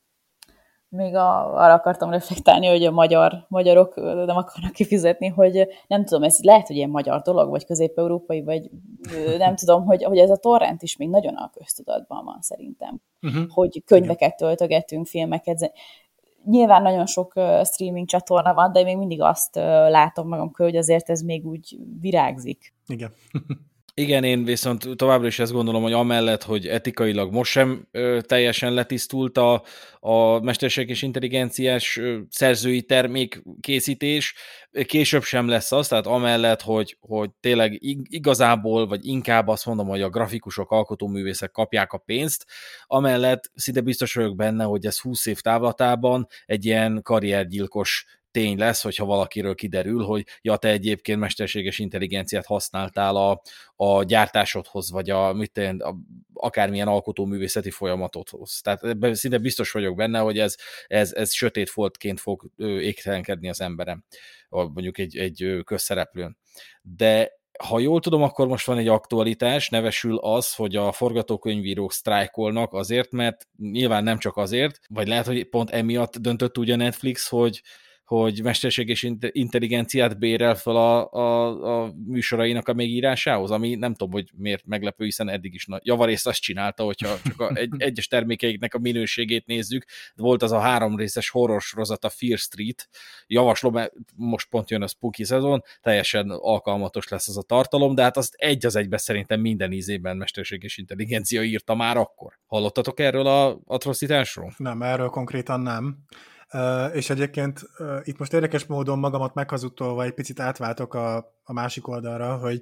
még a, arra akartam reflektálni, hogy a magyar, magyarok nem akarnak kifizetni, hogy nem tudom, ez lehet, hogy ilyen magyar dolog, vagy közép-európai, vagy nem tudom, hogy, hogy ez a torrent is még nagyon a köztudatban van szerintem. Uh-huh. Hogy könyveket töltögetünk, filmeket. Nyilván nagyon sok streaming csatorna van, de még mindig azt látom magam körül, hogy azért ez még úgy virágzik. Igen. Igen, én viszont továbbra is ezt gondolom, hogy amellett, hogy etikailag most sem ö, teljesen letisztult a, a mesterséges intelligenciás ö, szerzői termékkészítés, később sem lesz az, tehát amellett, hogy, hogy tényleg igazából, vagy inkább azt mondom, hogy a grafikusok, alkotóművészek kapják a pénzt, amellett szinte biztos vagyok benne, hogy ez húsz év távlatában egy ilyen karriergyilkos tény lesz, hogyha valakiről kiderül, hogy ja, te egyébként mesterséges intelligenciát használtál a, a gyártásodhoz, vagy a, mit tenni, a akármilyen alkotóművészeti folyamatodhoz. Tehát ebben szinte biztos vagyok benne, hogy ez, ez, ez sötét foltként fog égtelenkedni az emberem, vagy mondjuk egy, egy közszereplőn. De ha jól tudom, akkor most van egy aktualitás, nevesül az, hogy a forgatókönyvírók sztrájkolnak azért, mert nyilván nem csak azért, vagy lehet, hogy pont emiatt döntött úgy a Netflix, hogy hogy mesterséges intelligenciát bérel fel a, a, a műsorainak a megírásához, ami nem tudom, hogy miért meglepő, hiszen eddig is nagy, javarészt azt csinálta, hogyha csak a, egy, egyes termékeiknek a minőségét nézzük. Volt az a három részes horror sorozat, a Fear Street, javaslom, mert most pont jön a spooky szezon, teljesen alkalmatos lesz az a tartalom, de hát azt egy az egybe szerintem minden ízében mesterséges intelligencia írta már akkor. Hallottatok erről a atrocitásról? Nem, erről konkrétan nem. Uh, és egyébként uh, itt most érdekes módon magamat meghazudtolva egy picit átváltok a, a másik oldalra, hogy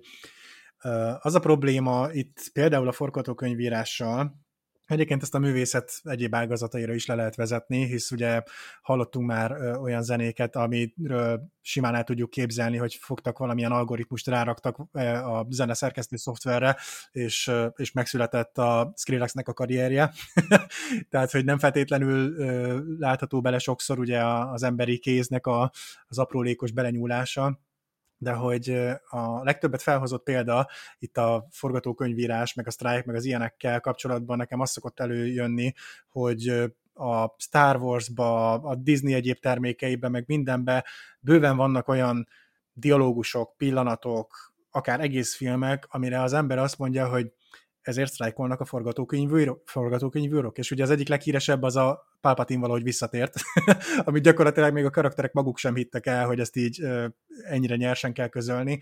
uh, az a probléma itt például a forgatókönyvírással, egyébként ezt a művészet egyéb ágazataira is le lehet vezetni, hisz ugye hallottunk már uh, olyan zenéket, amiről simán el tudjuk képzelni, hogy fogtak valamilyen algoritmust, ráraktak uh, a zeneszerkesztő szoftverre, és, uh, és megszületett a Skrillexnek a karrierje. Tehát, hogy nem feltétlenül uh, látható bele sokszor ugye az emberi kéznek a, az aprólékos belenyúlása, de hogy a legtöbbet felhozott példa itt a forgatókönyvírás, meg a sztrájk, meg az ilyenekkel kapcsolatban nekem azt szokott előjönni, hogy a Star Wars-ba, a Disney egyéb termékeiben, meg mindenben bőven vannak olyan dialógusok, pillanatok, akár egész filmek, amire az ember azt mondja, hogy ezért sztrájkolnak a forgatókönyvíró, forgatókönyvírók. És ugye az egyik leghíresebb az a Palpatine valahogy visszatért, amit gyakorlatilag még a karakterek maguk sem hittek el, hogy ezt így ennyire nyersen kell közölni.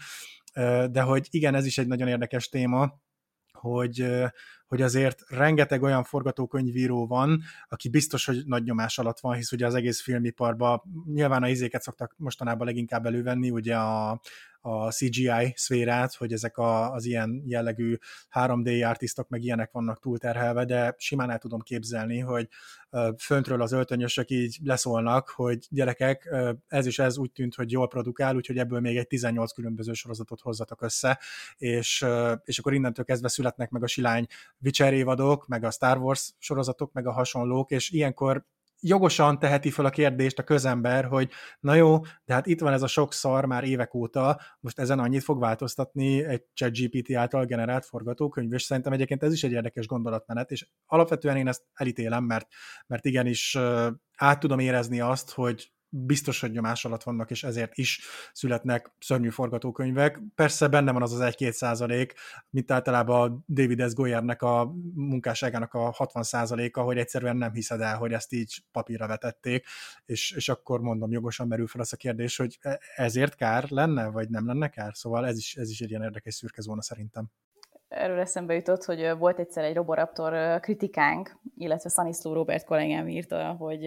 De hogy igen, ez is egy nagyon érdekes téma, hogy, hogy azért rengeteg olyan forgatókönyvíró van, aki biztos, hogy nagy nyomás alatt van, hisz ugye az egész filmiparban nyilván a izéket szoktak mostanában leginkább elővenni, ugye a, a cé gé í szférát, hogy ezek a, az ilyen jellegű három dé artistok meg ilyenek vannak túlterhelve, de simán el tudom képzelni, hogy föntről az öltönyösök így leszólnak, hogy gyerekek, ez is ez úgy tűnt, hogy jól produkál, úgyhogy ebből még egy tizennyolc különböző sorozatot hozzatok össze, és, és akkor innentől kezdve születnek meg a silány Witcher évadok, meg a Star Wars sorozatok, meg a hasonlók, és ilyenkor jogosan teheti fel a kérdést a közember, hogy na jó, de hát itt van ez a sok szar már évek óta, most ezen annyit fog változtatni egy ChatGPT által generált forgatókönyv, és szerintem egyébként ez is egy érdekes gondolatmenet, és alapvetően én ezt elítélem, mert, mert igenis át tudom érezni azt, hogy biztos, hogy nyomás alatt vannak, és ezért is születnek szörnyű forgatókönyvek. Persze benne van az az egy-két százalék, mint általában David S. Goyernek a munkásságának a hatvan százaléka, hogy egyszerűen nem hiszed el, hogy ezt így papírra vetették, és, és akkor mondom, jogosan merül fel az a kérdés, hogy ezért kár lenne, vagy nem lenne kár? Szóval ez is, ez is egy ilyen érdekes szürke zóna szerintem. Erről eszembe jutott, hogy volt egyszer egy Roboraptor kritikánk, illetve Szaniszló Robert kollégám írta, hogy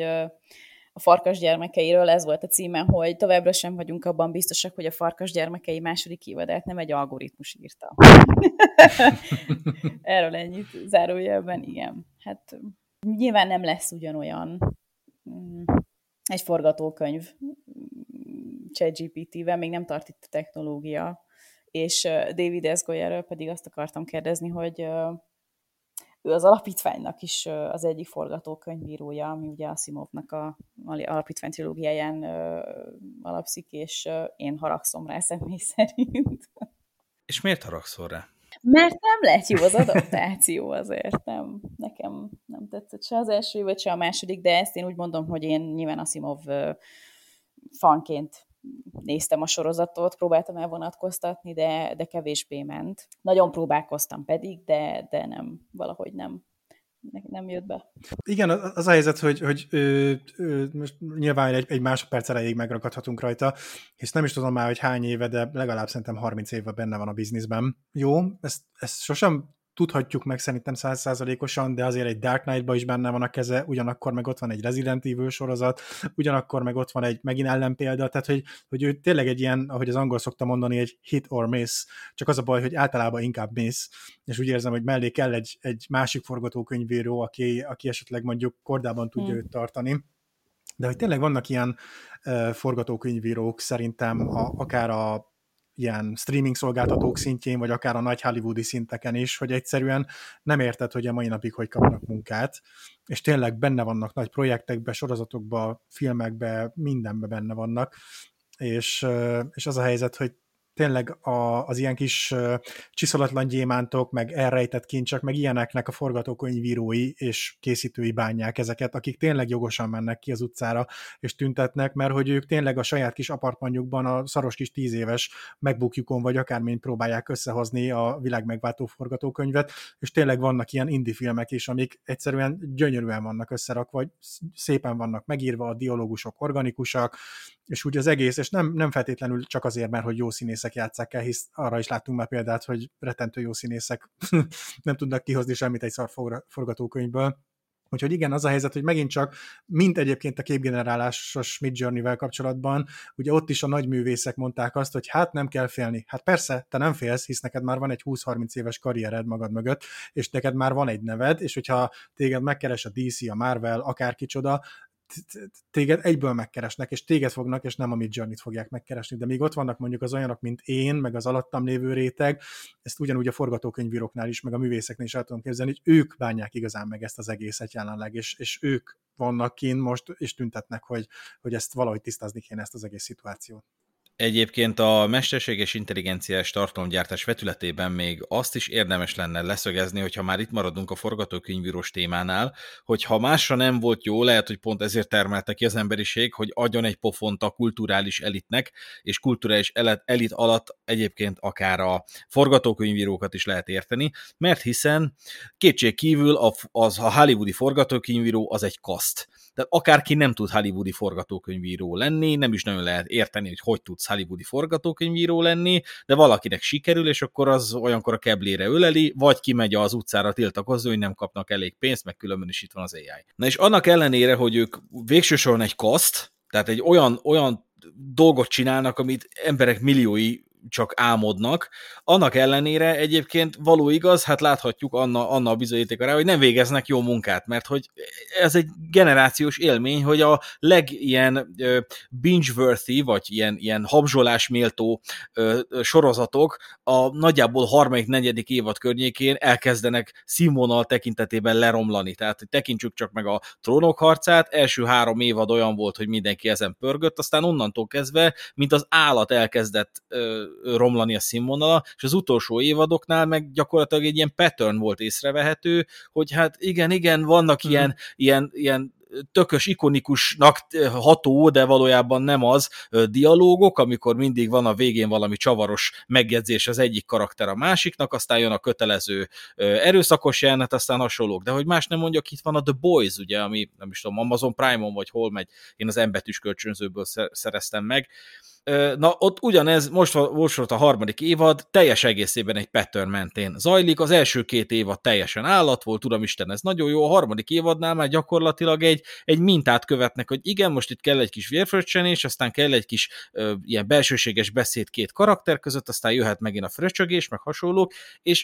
a farkas gyermekeiről ez volt a címe, hogy továbbra sem vagyunk abban biztosak, hogy a farkas gyermekei második évadát nem egy algoritmus írta. Erről ennyit zárójelben, igen. Hát nyilván nem lesz ugyanolyan egy forgatókönyv ChatGPT-vel, még nem tart itt a technológia, és David S. Goyerről pedig azt akartam kérdezni, hogy ő az alapítványnak is az egyik forgatókönyvírója, ami ugye Asimovnak a alapítvány trilógiáján alapszik, és én haragszom rá személy szerint. És miért haragszol rá? Mert nem lett jó az adaptáció azért, nem. Nekem nem tetszett se az első, vagy se a második, de ezt én úgy mondom, hogy én nyilván Asimov fanként néztem a sorozatot, próbáltam elvonatkoztatni, de, de kevésbé ment. Nagyon próbálkoztam pedig, de, de nem, valahogy nem. nem jött be. Igen, az a helyzet, hogy, hogy ö, ö, most nyilván egy, egy másodperc erejéig megragadhatunk rajta, és nem is tudom már, hogy hány éve, de legalább szerintem harminc éve benne van a bizniszben. Jó, ezt, ezt sosem tudhatjuk meg szerintem száz százalékosan, de azért egy Dark Knight-ba is benne van a keze, ugyanakkor meg ott van egy Resident Evil sorozat, ugyanakkor meg ott van egy megint ellenpélda, tehát hogy, hogy ő tényleg egy ilyen, ahogy az angol szokta mondani, egy hit or miss, csak az a baj, hogy általában inkább miss, és úgy érzem, hogy mellé kell egy, egy másik forgatókönyvíró, aki, aki esetleg mondjuk kordában tudja hmm. őt tartani. De hogy tényleg vannak ilyen uh, forgatókönyvírók szerintem a, akár a ilyen streaming szolgáltatók szintjén, vagy akár a nagy hollywoodi szinteken is, hogy egyszerűen nem érted, hogy a mai napig hogy kapnak munkát, és tényleg benne vannak nagy projektekbe, sorozatokba, filmekbe, mindenbe benne vannak, és, és az a helyzet, hogy tényleg a, az ilyen kis uh, csiszolatlan gyémántok, meg elrejtett kincsek, meg ilyeneknek a forgatókönyvírói és készítői bánják ezeket, akik tényleg jogosan mennek ki az utcára, és tüntetnek, mert hogy ők tényleg a saját kis apartmanjukban a szaros kis tíz éves MacBookjukon, vagy akármint próbálják összehozni a világmegváltó forgatókönyvet, és tényleg vannak ilyen indie filmek is, amik egyszerűen gyönyörűen vannak összerakva, vagy szépen vannak megírva, a dialógusok organikusak, és úgy az egész, és nem, nem feltétlenül csak azért, mert hogy jó színészek játsszák el, hisz arra is láttunk már példát, hogy rettentő jó színészek nem tudnak kihozni semmit egy szar forgatókönyvből. Úgyhogy igen, az a helyzet, hogy megint csak, mint egyébként a képgenerálásos Midjourney-vel kapcsolatban, ugye ott is a nagy művészek mondták azt, hogy hát nem kell félni. Hát persze, te nem félsz, hisz neked már van egy húsz-harminc éves karriered magad mögött, és neked már van egy neved, és hogyha téged megkeres a dé cé, a Marvel, akárkicsoda, téged egyből megkeresnek, és téged fognak, és nem a Midjourney-t fogják megkeresni, de még ott vannak mondjuk az olyanok, mint én, meg az alattam lévő réteg, ezt ugyanúgy a forgatókönyvíróknál is, meg a művészeknél is el tudom képzelni, hogy ők bánják igazán meg ezt az egészet jelenleg, és, és ők vannak kint most, és tüntetnek, hogy, hogy ezt valahogy tisztázni kéne, ezt az egész szituációt. Egyébként a mesterséges intelligenciás tartalomgyártás vetületében még azt is érdemes lenne leszögezni, hogyha már itt maradunk a forgatókönyvírós témánál, hogy ha másra nem volt jó, lehet, hogy pont ezért termelte ki az emberiség, hogy adjon egy pofont a kulturális elitnek, és kulturális elit alatt egyébként akár a forgatókönyvírókat is lehet érteni, mert hiszen kétség kívül az, a hollywoodi forgatókönyvíró az egy kaszt. Tehát akárki nem tud hollywoodi forgatókönyvíró lenni, nem is nagyon lehet érteni, hogy hogy tudsz hollywoodi forgatókönyvíró lenni, de valakinek sikerül, és akkor az olyankor a keblére öleli, vagy kimegy az utcára tiltakozni, hogy nem kapnak elég pénzt, meg különben is itt van az á i. Na és annak ellenére, hogy ők végső soron egy kaszt, tehát egy olyan, olyan dolgot csinálnak, amit emberek milliói csak álmodnak. Annak ellenére egyébként való igaz, hát láthatjuk Anna, Anna a bizonyítéka rá, hogy nem végeznek jó munkát, mert hogy ez egy generációs élmény, hogy a legilyen uh, binge-worthy, vagy ilyen, ilyen habzsolásméltó uh, sorozatok a nagyjából harmadik, negyedik évad környékén elkezdenek színvonal tekintetében leromlani. Tehát tekintsük csak meg a Trónok harcát, első három évad olyan volt, hogy mindenki ezen pörgött, aztán onnantól kezdve, mint az állat elkezdett uh, romlani a színvonala, és az utolsó évadoknál meg gyakorlatilag egy ilyen pattern volt észrevehető, hogy hát igen, igen, vannak hmm. ilyen, ilyen, ilyen tökös, ikonikusnak ható, de valójában nem az dialógok, amikor mindig van a végén valami csavaros megjegyzés az egyik karakter a másiknak, aztán jön a kötelező erőszakos jelenet, aztán hasonlók. De hogy más nem mondjak, itt van a The Boys, ugye, ami nem is tudom, Amazon Prime-on vagy hol megy, én az embetűs kölcsönzőből szereztem meg. Na, ott ugyanez, most, most volt a harmadik évad, teljes egészében egy pattern mentén zajlik, az első két évad teljesen állat volt, uramisten, ez nagyon jó, a harmadik évadnál már gyakorlatilag egy, egy mintát követnek, hogy igen, most itt kell egy kis vérfröccsenés, aztán kell egy kis ö, ilyen belsőséges beszéd két karakter között, aztán jöhet megint a fröccsögés, meg hasonlók, és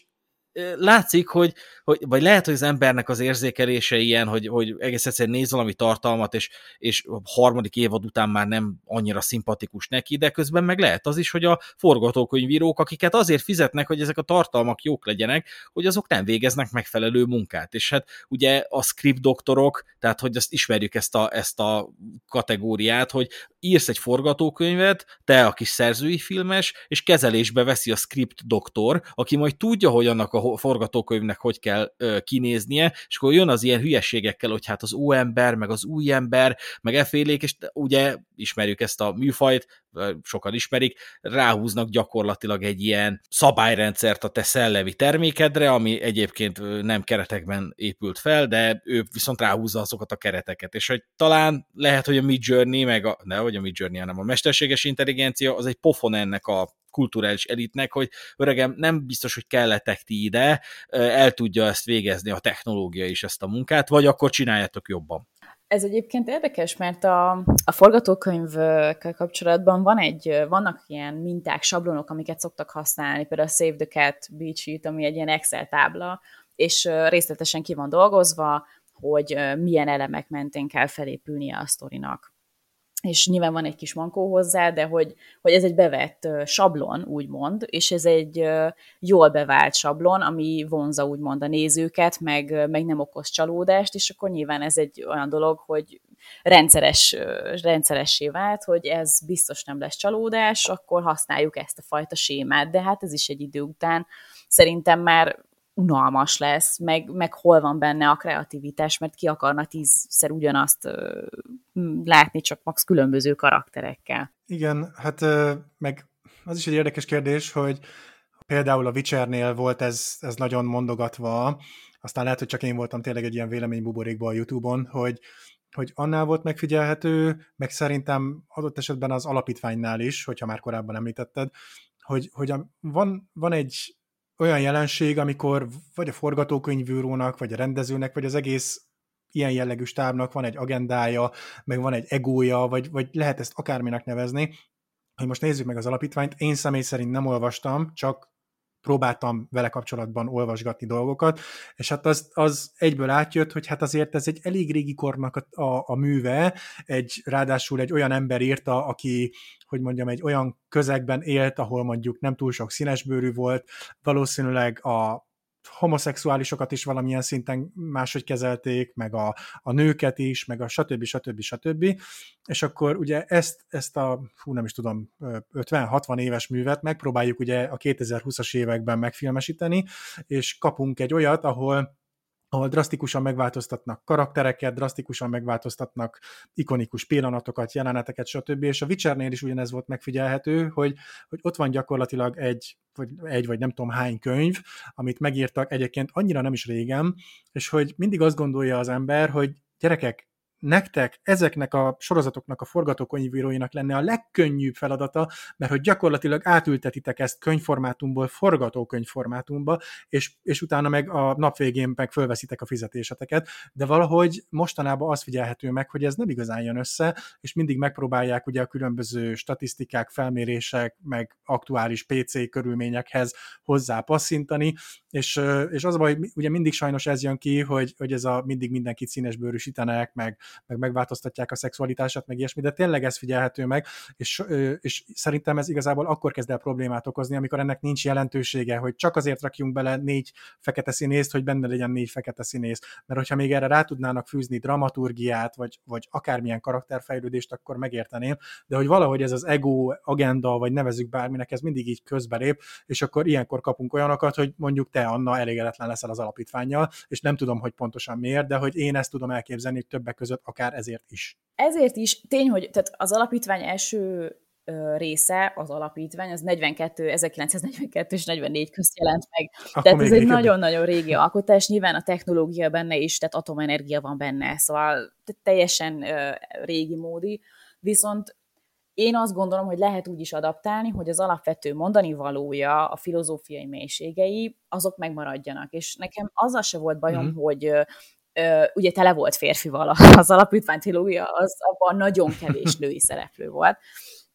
látszik, hogy, hogy, vagy lehet, hogy az embernek az érzékelése ilyen, hogy, hogy egész egyszerűen néz valami tartalmat, és, és a harmadik évad után már nem annyira szimpatikus neki, de közben meg lehet az is, hogy a forgatókönyvírók, akiket azért fizetnek, hogy ezek a tartalmak jók legyenek, hogy azok nem végeznek megfelelő munkát. És hát ugye a script doktorok, tehát hogy azt ismerjük ezt a, ezt a kategóriát, hogy írsz egy forgatókönyvet, te a kis szerzői filmes, és kezelésbe veszi a script doktor, aki majd tudja, hogy annak a forgatókönyvnek hogy kell ö, kinéznie, és akkor jön az ilyen hülyeségekkel, hogy hát az óember, meg az új ember, meg efélék, és ugye ismerjük ezt a műfajt, sokan ismerik, ráhúznak gyakorlatilag egy ilyen szabályrendszert a te szellemi termékedre, ami egyébként nem keretekben épült fel, de ő viszont ráhúzza azokat a kereteket, és hogy talán lehet, hogy a Midjourney, meg a, ne, hogy a Midjourney, hanem a mesterséges intelligencia, az egy pofon ennek a kulturális elitnek, hogy öregem, nem biztos, hogy kelletek ti ide, el tudja ezt végezni a technológia is ezt a munkát, vagy akkor csináljátok jobban. Ez egyébként érdekes, mert a, a forgatókönyvkel kapcsolatban van egy, vannak ilyen minták, sablonok, amiket szoktak használni, például a Save the Cat Beach Sheet, ami egy ilyen Excel tábla, és részletesen ki van dolgozva, hogy milyen elemek mentén kell felépülnie a sztorinak. És nyilván van egy kis mankó hozzá, de hogy, hogy ez egy bevett sablon, úgymond, és ez egy jól bevált sablon, ami vonza úgymond a nézőket, meg, meg nem okoz csalódást, és akkor nyilván ez egy olyan dolog, hogy rendszeres, rendszeressé vált, hogy ez biztos nem lesz csalódás, akkor használjuk ezt a fajta sémát, de hát ez is egy idő után szerintem már unalmas lesz, meg, meg hol van benne a kreativitás, mert ki akarna tízszer ugyanazt ö, látni, csak max különböző karakterekkel. Igen, hát meg az is egy érdekes kérdés, hogy például a Witchernél volt ez, ez nagyon mondogatva, aztán lehet, hogy csak én voltam tényleg egy ilyen véleménybuborékban a YouTube-on, hogy, hogy annál volt megfigyelhető, meg szerintem adott esetben az alapítványnál is, hogyha már korábban említetted, hogy, hogy a, van, van egy olyan jelenség, amikor vagy a forgatókönyvírónak, vagy a rendezőnek, vagy az egész ilyen jellegű stábnak van egy agendája, meg van egy egója, vagy, vagy lehet ezt akárminek nevezni, hogy most nézzük meg az alapítványt. Én személy szerint nem olvastam, csak próbáltam vele kapcsolatban olvasgatni dolgokat, és hát az, az egyből átjött, hogy hát azért ez egy elég régi kornak a, a, a műve, egy, ráadásul egy olyan ember írta, aki, hogy mondjam, egy olyan közegben élt, ahol mondjuk nem túl sok színesbőrű volt, valószínűleg a homoszexuálisokat is valamilyen szinten máshogy kezelték, meg a, a nőket is, meg a stb. stb. stb. És akkor ugye ezt, ezt a, fú, nem is tudom, ötven-hatvan éves művet megpróbáljuk ugye a kétezer-húszas években megfilmesíteni, és kapunk egy olyat, ahol ahol drasztikusan megváltoztatnak karaktereket, drasztikusan megváltoztatnak ikonikus pillanatokat, jeleneteket, stb. És a Witchernél is ugyanez volt megfigyelhető, hogy, hogy ott van gyakorlatilag egy vagy, egy, vagy nem tudom hány könyv, amit megírtak egyébként annyira nem is régen, és hogy mindig azt gondolja az ember, hogy gyerekek, nektek, ezeknek a sorozatoknak a forgatókönyvíróinak lenne a legkönnyűbb feladata, mert hogy gyakorlatilag átültetitek ezt könyvformátumból forgatókönyvformátumba, és, és utána meg a nap végén meg fölveszitek a fizetéseteket, de valahogy mostanában azt figyelhető meg, hogy ez nem igazán jön össze, és mindig megpróbálják ugye a különböző statisztikák, felmérések, meg aktuális pé cé körülményekhez hozzá passzintani, és, és az a baj, hogy ugye mindig sajnos ez jön ki, hogy, hogy ez a mindig mindenkit színesbőrűsítenek, meg meg megváltoztatják a szexualitását, meg ilyesmi, de tényleg ez figyelhető meg, és, és szerintem ez igazából akkor kezd el problémát okozni, amikor ennek nincs jelentősége, hogy csak azért rakjunk bele négy fekete színészt, hogy benne legyen négy fekete színész, mert hogyha még erre rá tudnának fűzni dramaturgiát, vagy, vagy akármilyen karakterfejlődést, akkor megérteném, de hogy valahogy ez az ego agenda, vagy nevezzük bárminek, ez mindig így közbelép, és akkor ilyenkor kapunk olyanokat, hogy mondjuk te, Anna, elégedetlen leszel az alapítvánnyal, és nem tudom, hogy pontosan miért, de hogy én ezt tudom elképzelni, hogy többek között akár ezért is. Ezért is, tény, hogy tehát az alapítvány első ö, része, az alapítvány, az negyvenkettő, ezerkilencszáznegyvenkettő és negyvennégy közt jelent meg. Akkor tehát ez egy nagyon-nagyon régi alkotás, nyilván a technológia benne is, tehát atomenergia van benne, szóval teljesen ö, régi módi, viszont én azt gondolom, hogy lehet úgy is adaptálni, hogy az alapvető mondani valója, a filozófiai mélységei, azok megmaradjanak. És nekem azzal se volt bajom, mm-hmm. hogy Uh, ugye tele volt férfival az alapítvány trilógia, az abban nagyon kevés női szereplő volt.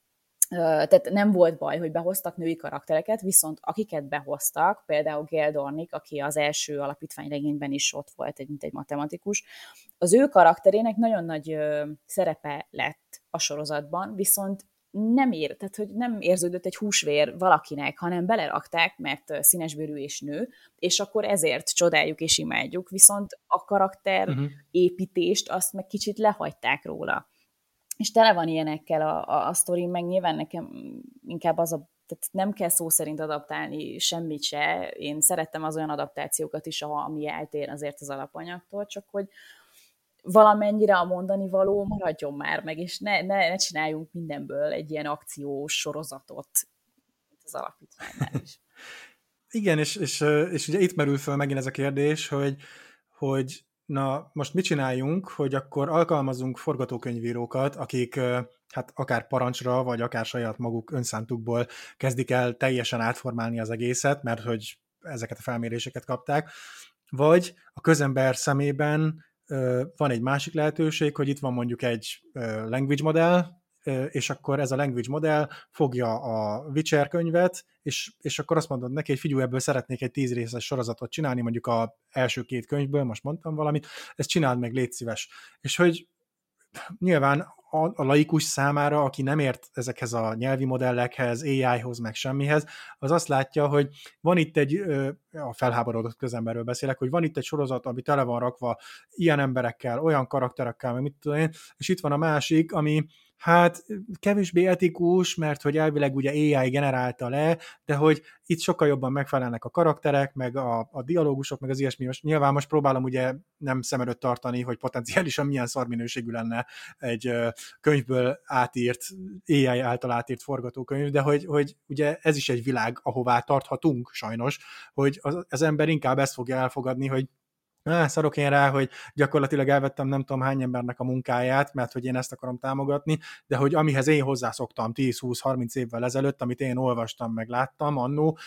Tehát nem volt baj, hogy behoztak női karaktereket, viszont akiket behoztak, például Gail Dornick, aki az első alapítványregényben is ott volt, mint egy matematikus, az ő karakterének nagyon nagy szerepe lett a sorozatban, viszont nem ér, tehát hogy nem érződött egy húsvér valakinek, hanem belerakták, mert színesbőrű és nő, és akkor ezért csodáljuk és imádjuk, viszont a karakter uh-huh. építést azt meg kicsit lehagyták róla. És tele van ilyenekkel a, a, a sztori, meg nyilván nekem inkább az a, tehát nem kell szó szerint adaptálni semmit se, én szerettem az olyan adaptációkat is, ami eltér azért az alapanyagtól, csak hogy valamennyire a mondani való maradjon már meg, és ne, ne, ne csináljunk mindenből egy ilyen akciós sorozatot, mint az alapítványnál is. Igen, és, és, és ugye itt merül föl megint ez a kérdés, hogy, hogy na, most mit csináljunk, hogy akkor alkalmazunk forgatókönyvírókat, akik hát akár parancsra, vagy akár saját maguk önszántukból kezdik el teljesen átformálni az egészet, mert hogy ezeket a felméréseket kapták, vagy a közember szemében van egy másik lehetőség, hogy itt van mondjuk egy language modell, és akkor ez a language modell fogja a Witcher könyvet, és, és akkor azt mondod neki, hogy figyelj, ebből szeretnék egy tíz részes sorozatot csinálni, mondjuk az első két könyvből, most mondtam valamit, ezt csináld meg, légy szíves. És hogy nyilván a, a laikus számára, aki nem ért ezekhez a nyelvi modellekhez, á í-hoz, meg semmihez, az azt látja, hogy van itt egy, a felháborodott közemberről beszélek, hogy van itt egy sorozat, ami tele van rakva ilyen emberekkel, olyan karakterekkel, meg mit tudom én, és itt van a másik, ami hát kevésbé etikus, mert hogy elvileg ugye á í generálta le, de hogy itt sokkal jobban megfelelnek a karakterek, meg a, a dialógusok, meg az ilyesmi. Most, nyilván most próbálom ugye nem szem előtt tartani, hogy potenciálisan milyen szarminőségű lenne egy könyvből átírt, á í által átírt forgatókönyv, de hogy, hogy ugye ez is egy világ, ahová tarthatunk sajnos, hogy az, az ember inkább ezt fogja elfogadni, hogy Á, szarok én rá, hogy gyakorlatilag elvettem nem tudom hány embernek a munkáját, mert hogy én ezt akarom támogatni, de hogy amihez én hozzászoktam tíz-húsz-harminc évvel ezelőtt, amit én olvastam, meg láttam annó,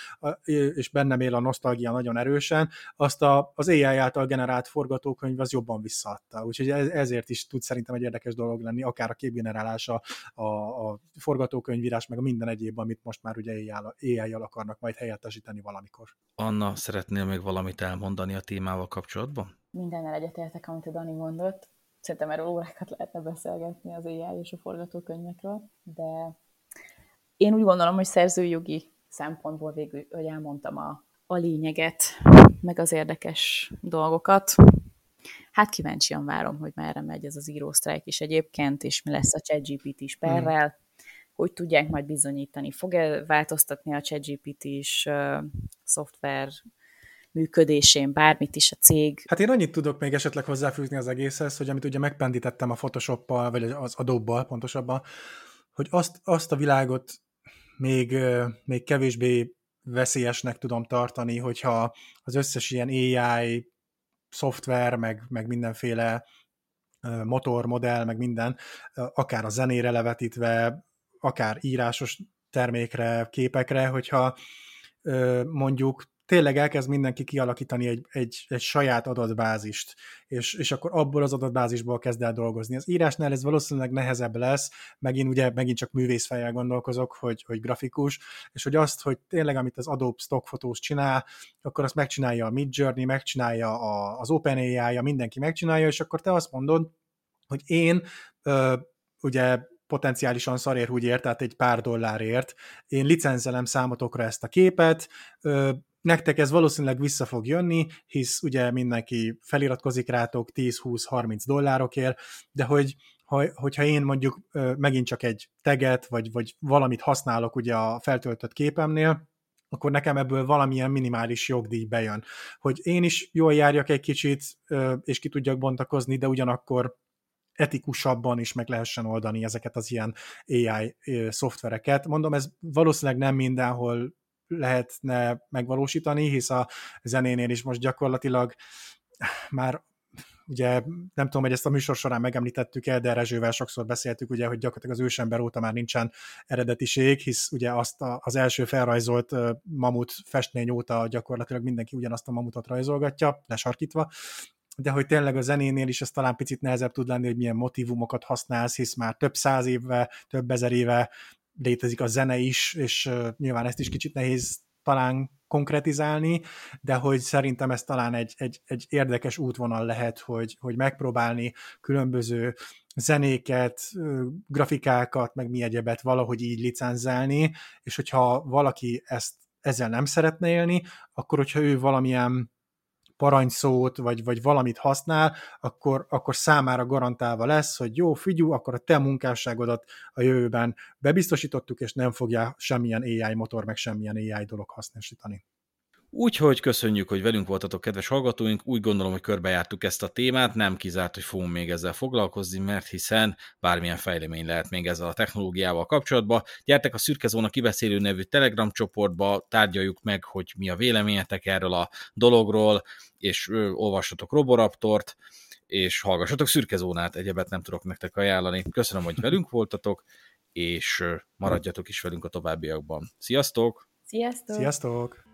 és bennem él a nosztalgia nagyon erősen, azt a, az á í által generált forgatókönyv az jobban visszaadta. Úgyhogy ezért is tud szerintem egy érdekes dolog lenni, akár a képgenerálása, a, a forgatókönyvírás, meg a minden egyéb, amit most már ugye á í-jal akarnak majd helyettesíteni valamikor. Anna, szeretnél még valamit elmondani a témával kapcsolatban? Mindennel egyetértek, amit a Dani mondott. Szerintem erről órákat lehetne beszélgetni az á í és a forgatókönyvekről, de én úgy gondolom, hogy szerzőjogi szempontból végül, hogy elmondtam a, a lényeget, meg az érdekes dolgokat. Hát kíváncsian várom, hogy merre megy ez az írósztrájk is egyébként, és mi lesz a ChatGPT-s perrel, mm. hogy tudják majd bizonyítani. Fog-e változtatni a ChatGPT-s uh, szoftver működésén, bármit is a cég. Hát én annyit tudok még esetleg hozzáfűzni az egészhez, hogy amit ugye megpendítettem a Photoshoppal, vagy az Adobe-bal pontosabban, hogy azt, azt a világot még, még kevésbé veszélyesnek tudom tartani, hogyha az összes ilyen á í szoftver, meg, meg mindenféle motor, modell, meg minden, akár a zenére levetítve, akár írásos termékre, képekre, hogyha mondjuk tényleg elkezd mindenki kialakítani egy, egy, egy saját adatbázist, és, és akkor abból az adatbázisból kezd el dolgozni. Az írásnál ez valószínűleg nehezebb lesz, megint ugye megint csak művészfejjel gondolkozok, hogy, hogy grafikus, és hogy azt, hogy tényleg amit az Adobe stockfotós csinál, akkor azt megcsinálja a Midjourney, megcsinálja a, az OpenAI-ja, mindenki megcsinálja, és akkor te azt mondod, hogy én ö, ugye potenciálisan szarér úgy ért, tehát egy pár dollárért, én licenzelem számotokra ezt a képet, ö, nektek ez valószínűleg vissza fog jönni, hisz ugye mindenki feliratkozik rátok tíz-húsz-harminc dollárokért, de hogy ha, hogyha én mondjuk ö, megint csak egy taget, vagy, vagy valamit használok ugye a feltöltött képemnél, akkor nekem ebből valamilyen minimális jogdíj bejön. Hogy én is jól járjak egy kicsit, ö, és ki tudjak bontakozni, de ugyanakkor etikusabban is meg lehessen oldani ezeket az ilyen á í szoftvereket. Mondom, ez valószínűleg nem mindenhol lehetne megvalósítani, hisz a zenénél is most gyakorlatilag már ugye nem tudom, hogy ezt a műsor során megemlítettük-e, de Rezsővel sokszor beszéltük, ugye, hogy gyakorlatilag az ősember óta már nincsen eredetiség, hisz ugye azt a, az első felrajzolt mamut festmény óta gyakorlatilag mindenki ugyanazt a mamutot rajzolgatja, lesarkítva, de hogy tényleg a zenénél is ez talán picit nehezebb tud lenni, hogy milyen motivumokat használsz, hisz már több száz éve, több ezer éve létezik a zene is, és uh, nyilván ezt is kicsit nehéz talán konkretizálni, de hogy szerintem ez talán egy, egy, egy érdekes útvonal lehet, hogy, hogy megpróbálni különböző zenéket, grafikákat, meg mi egyebet valahogy így licenzálni, és hogyha valaki ezt ezzel nem szeretne élni, akkor hogyha ő valamilyen parancsszót, vagy, vagy valamit használ, akkor, akkor számára garantálva lesz, hogy jó, figyú, akkor a te munkásságodat a jövőben bebiztosítottuk, és nem fogja semmilyen á i motor, meg semmilyen á i dolog hasznosítani. Úgyhogy köszönjük, hogy velünk voltatok, kedves hallgatóink, úgy gondolom, hogy körbejártuk ezt a témát, nem kizárt, hogy fogunk még ezzel foglalkozni, mert hiszen bármilyen fejlemény lehet még ezzel a technológiával kapcsolatban. Gyertek a Szürke Zóna Kibeszélő nevű Telegram csoportba, tárgyaljuk meg, hogy mi a véleményetek erről a dologról, és ö, olvassatok Roboraptort, és hallgassatok Szürke Zónát, egyebet nem tudok nektek ajánlani. Köszönöm, hogy velünk voltatok, és maradjatok is velünk a továbbiakban. Sziasztok! Sziasztok! Sziasztok!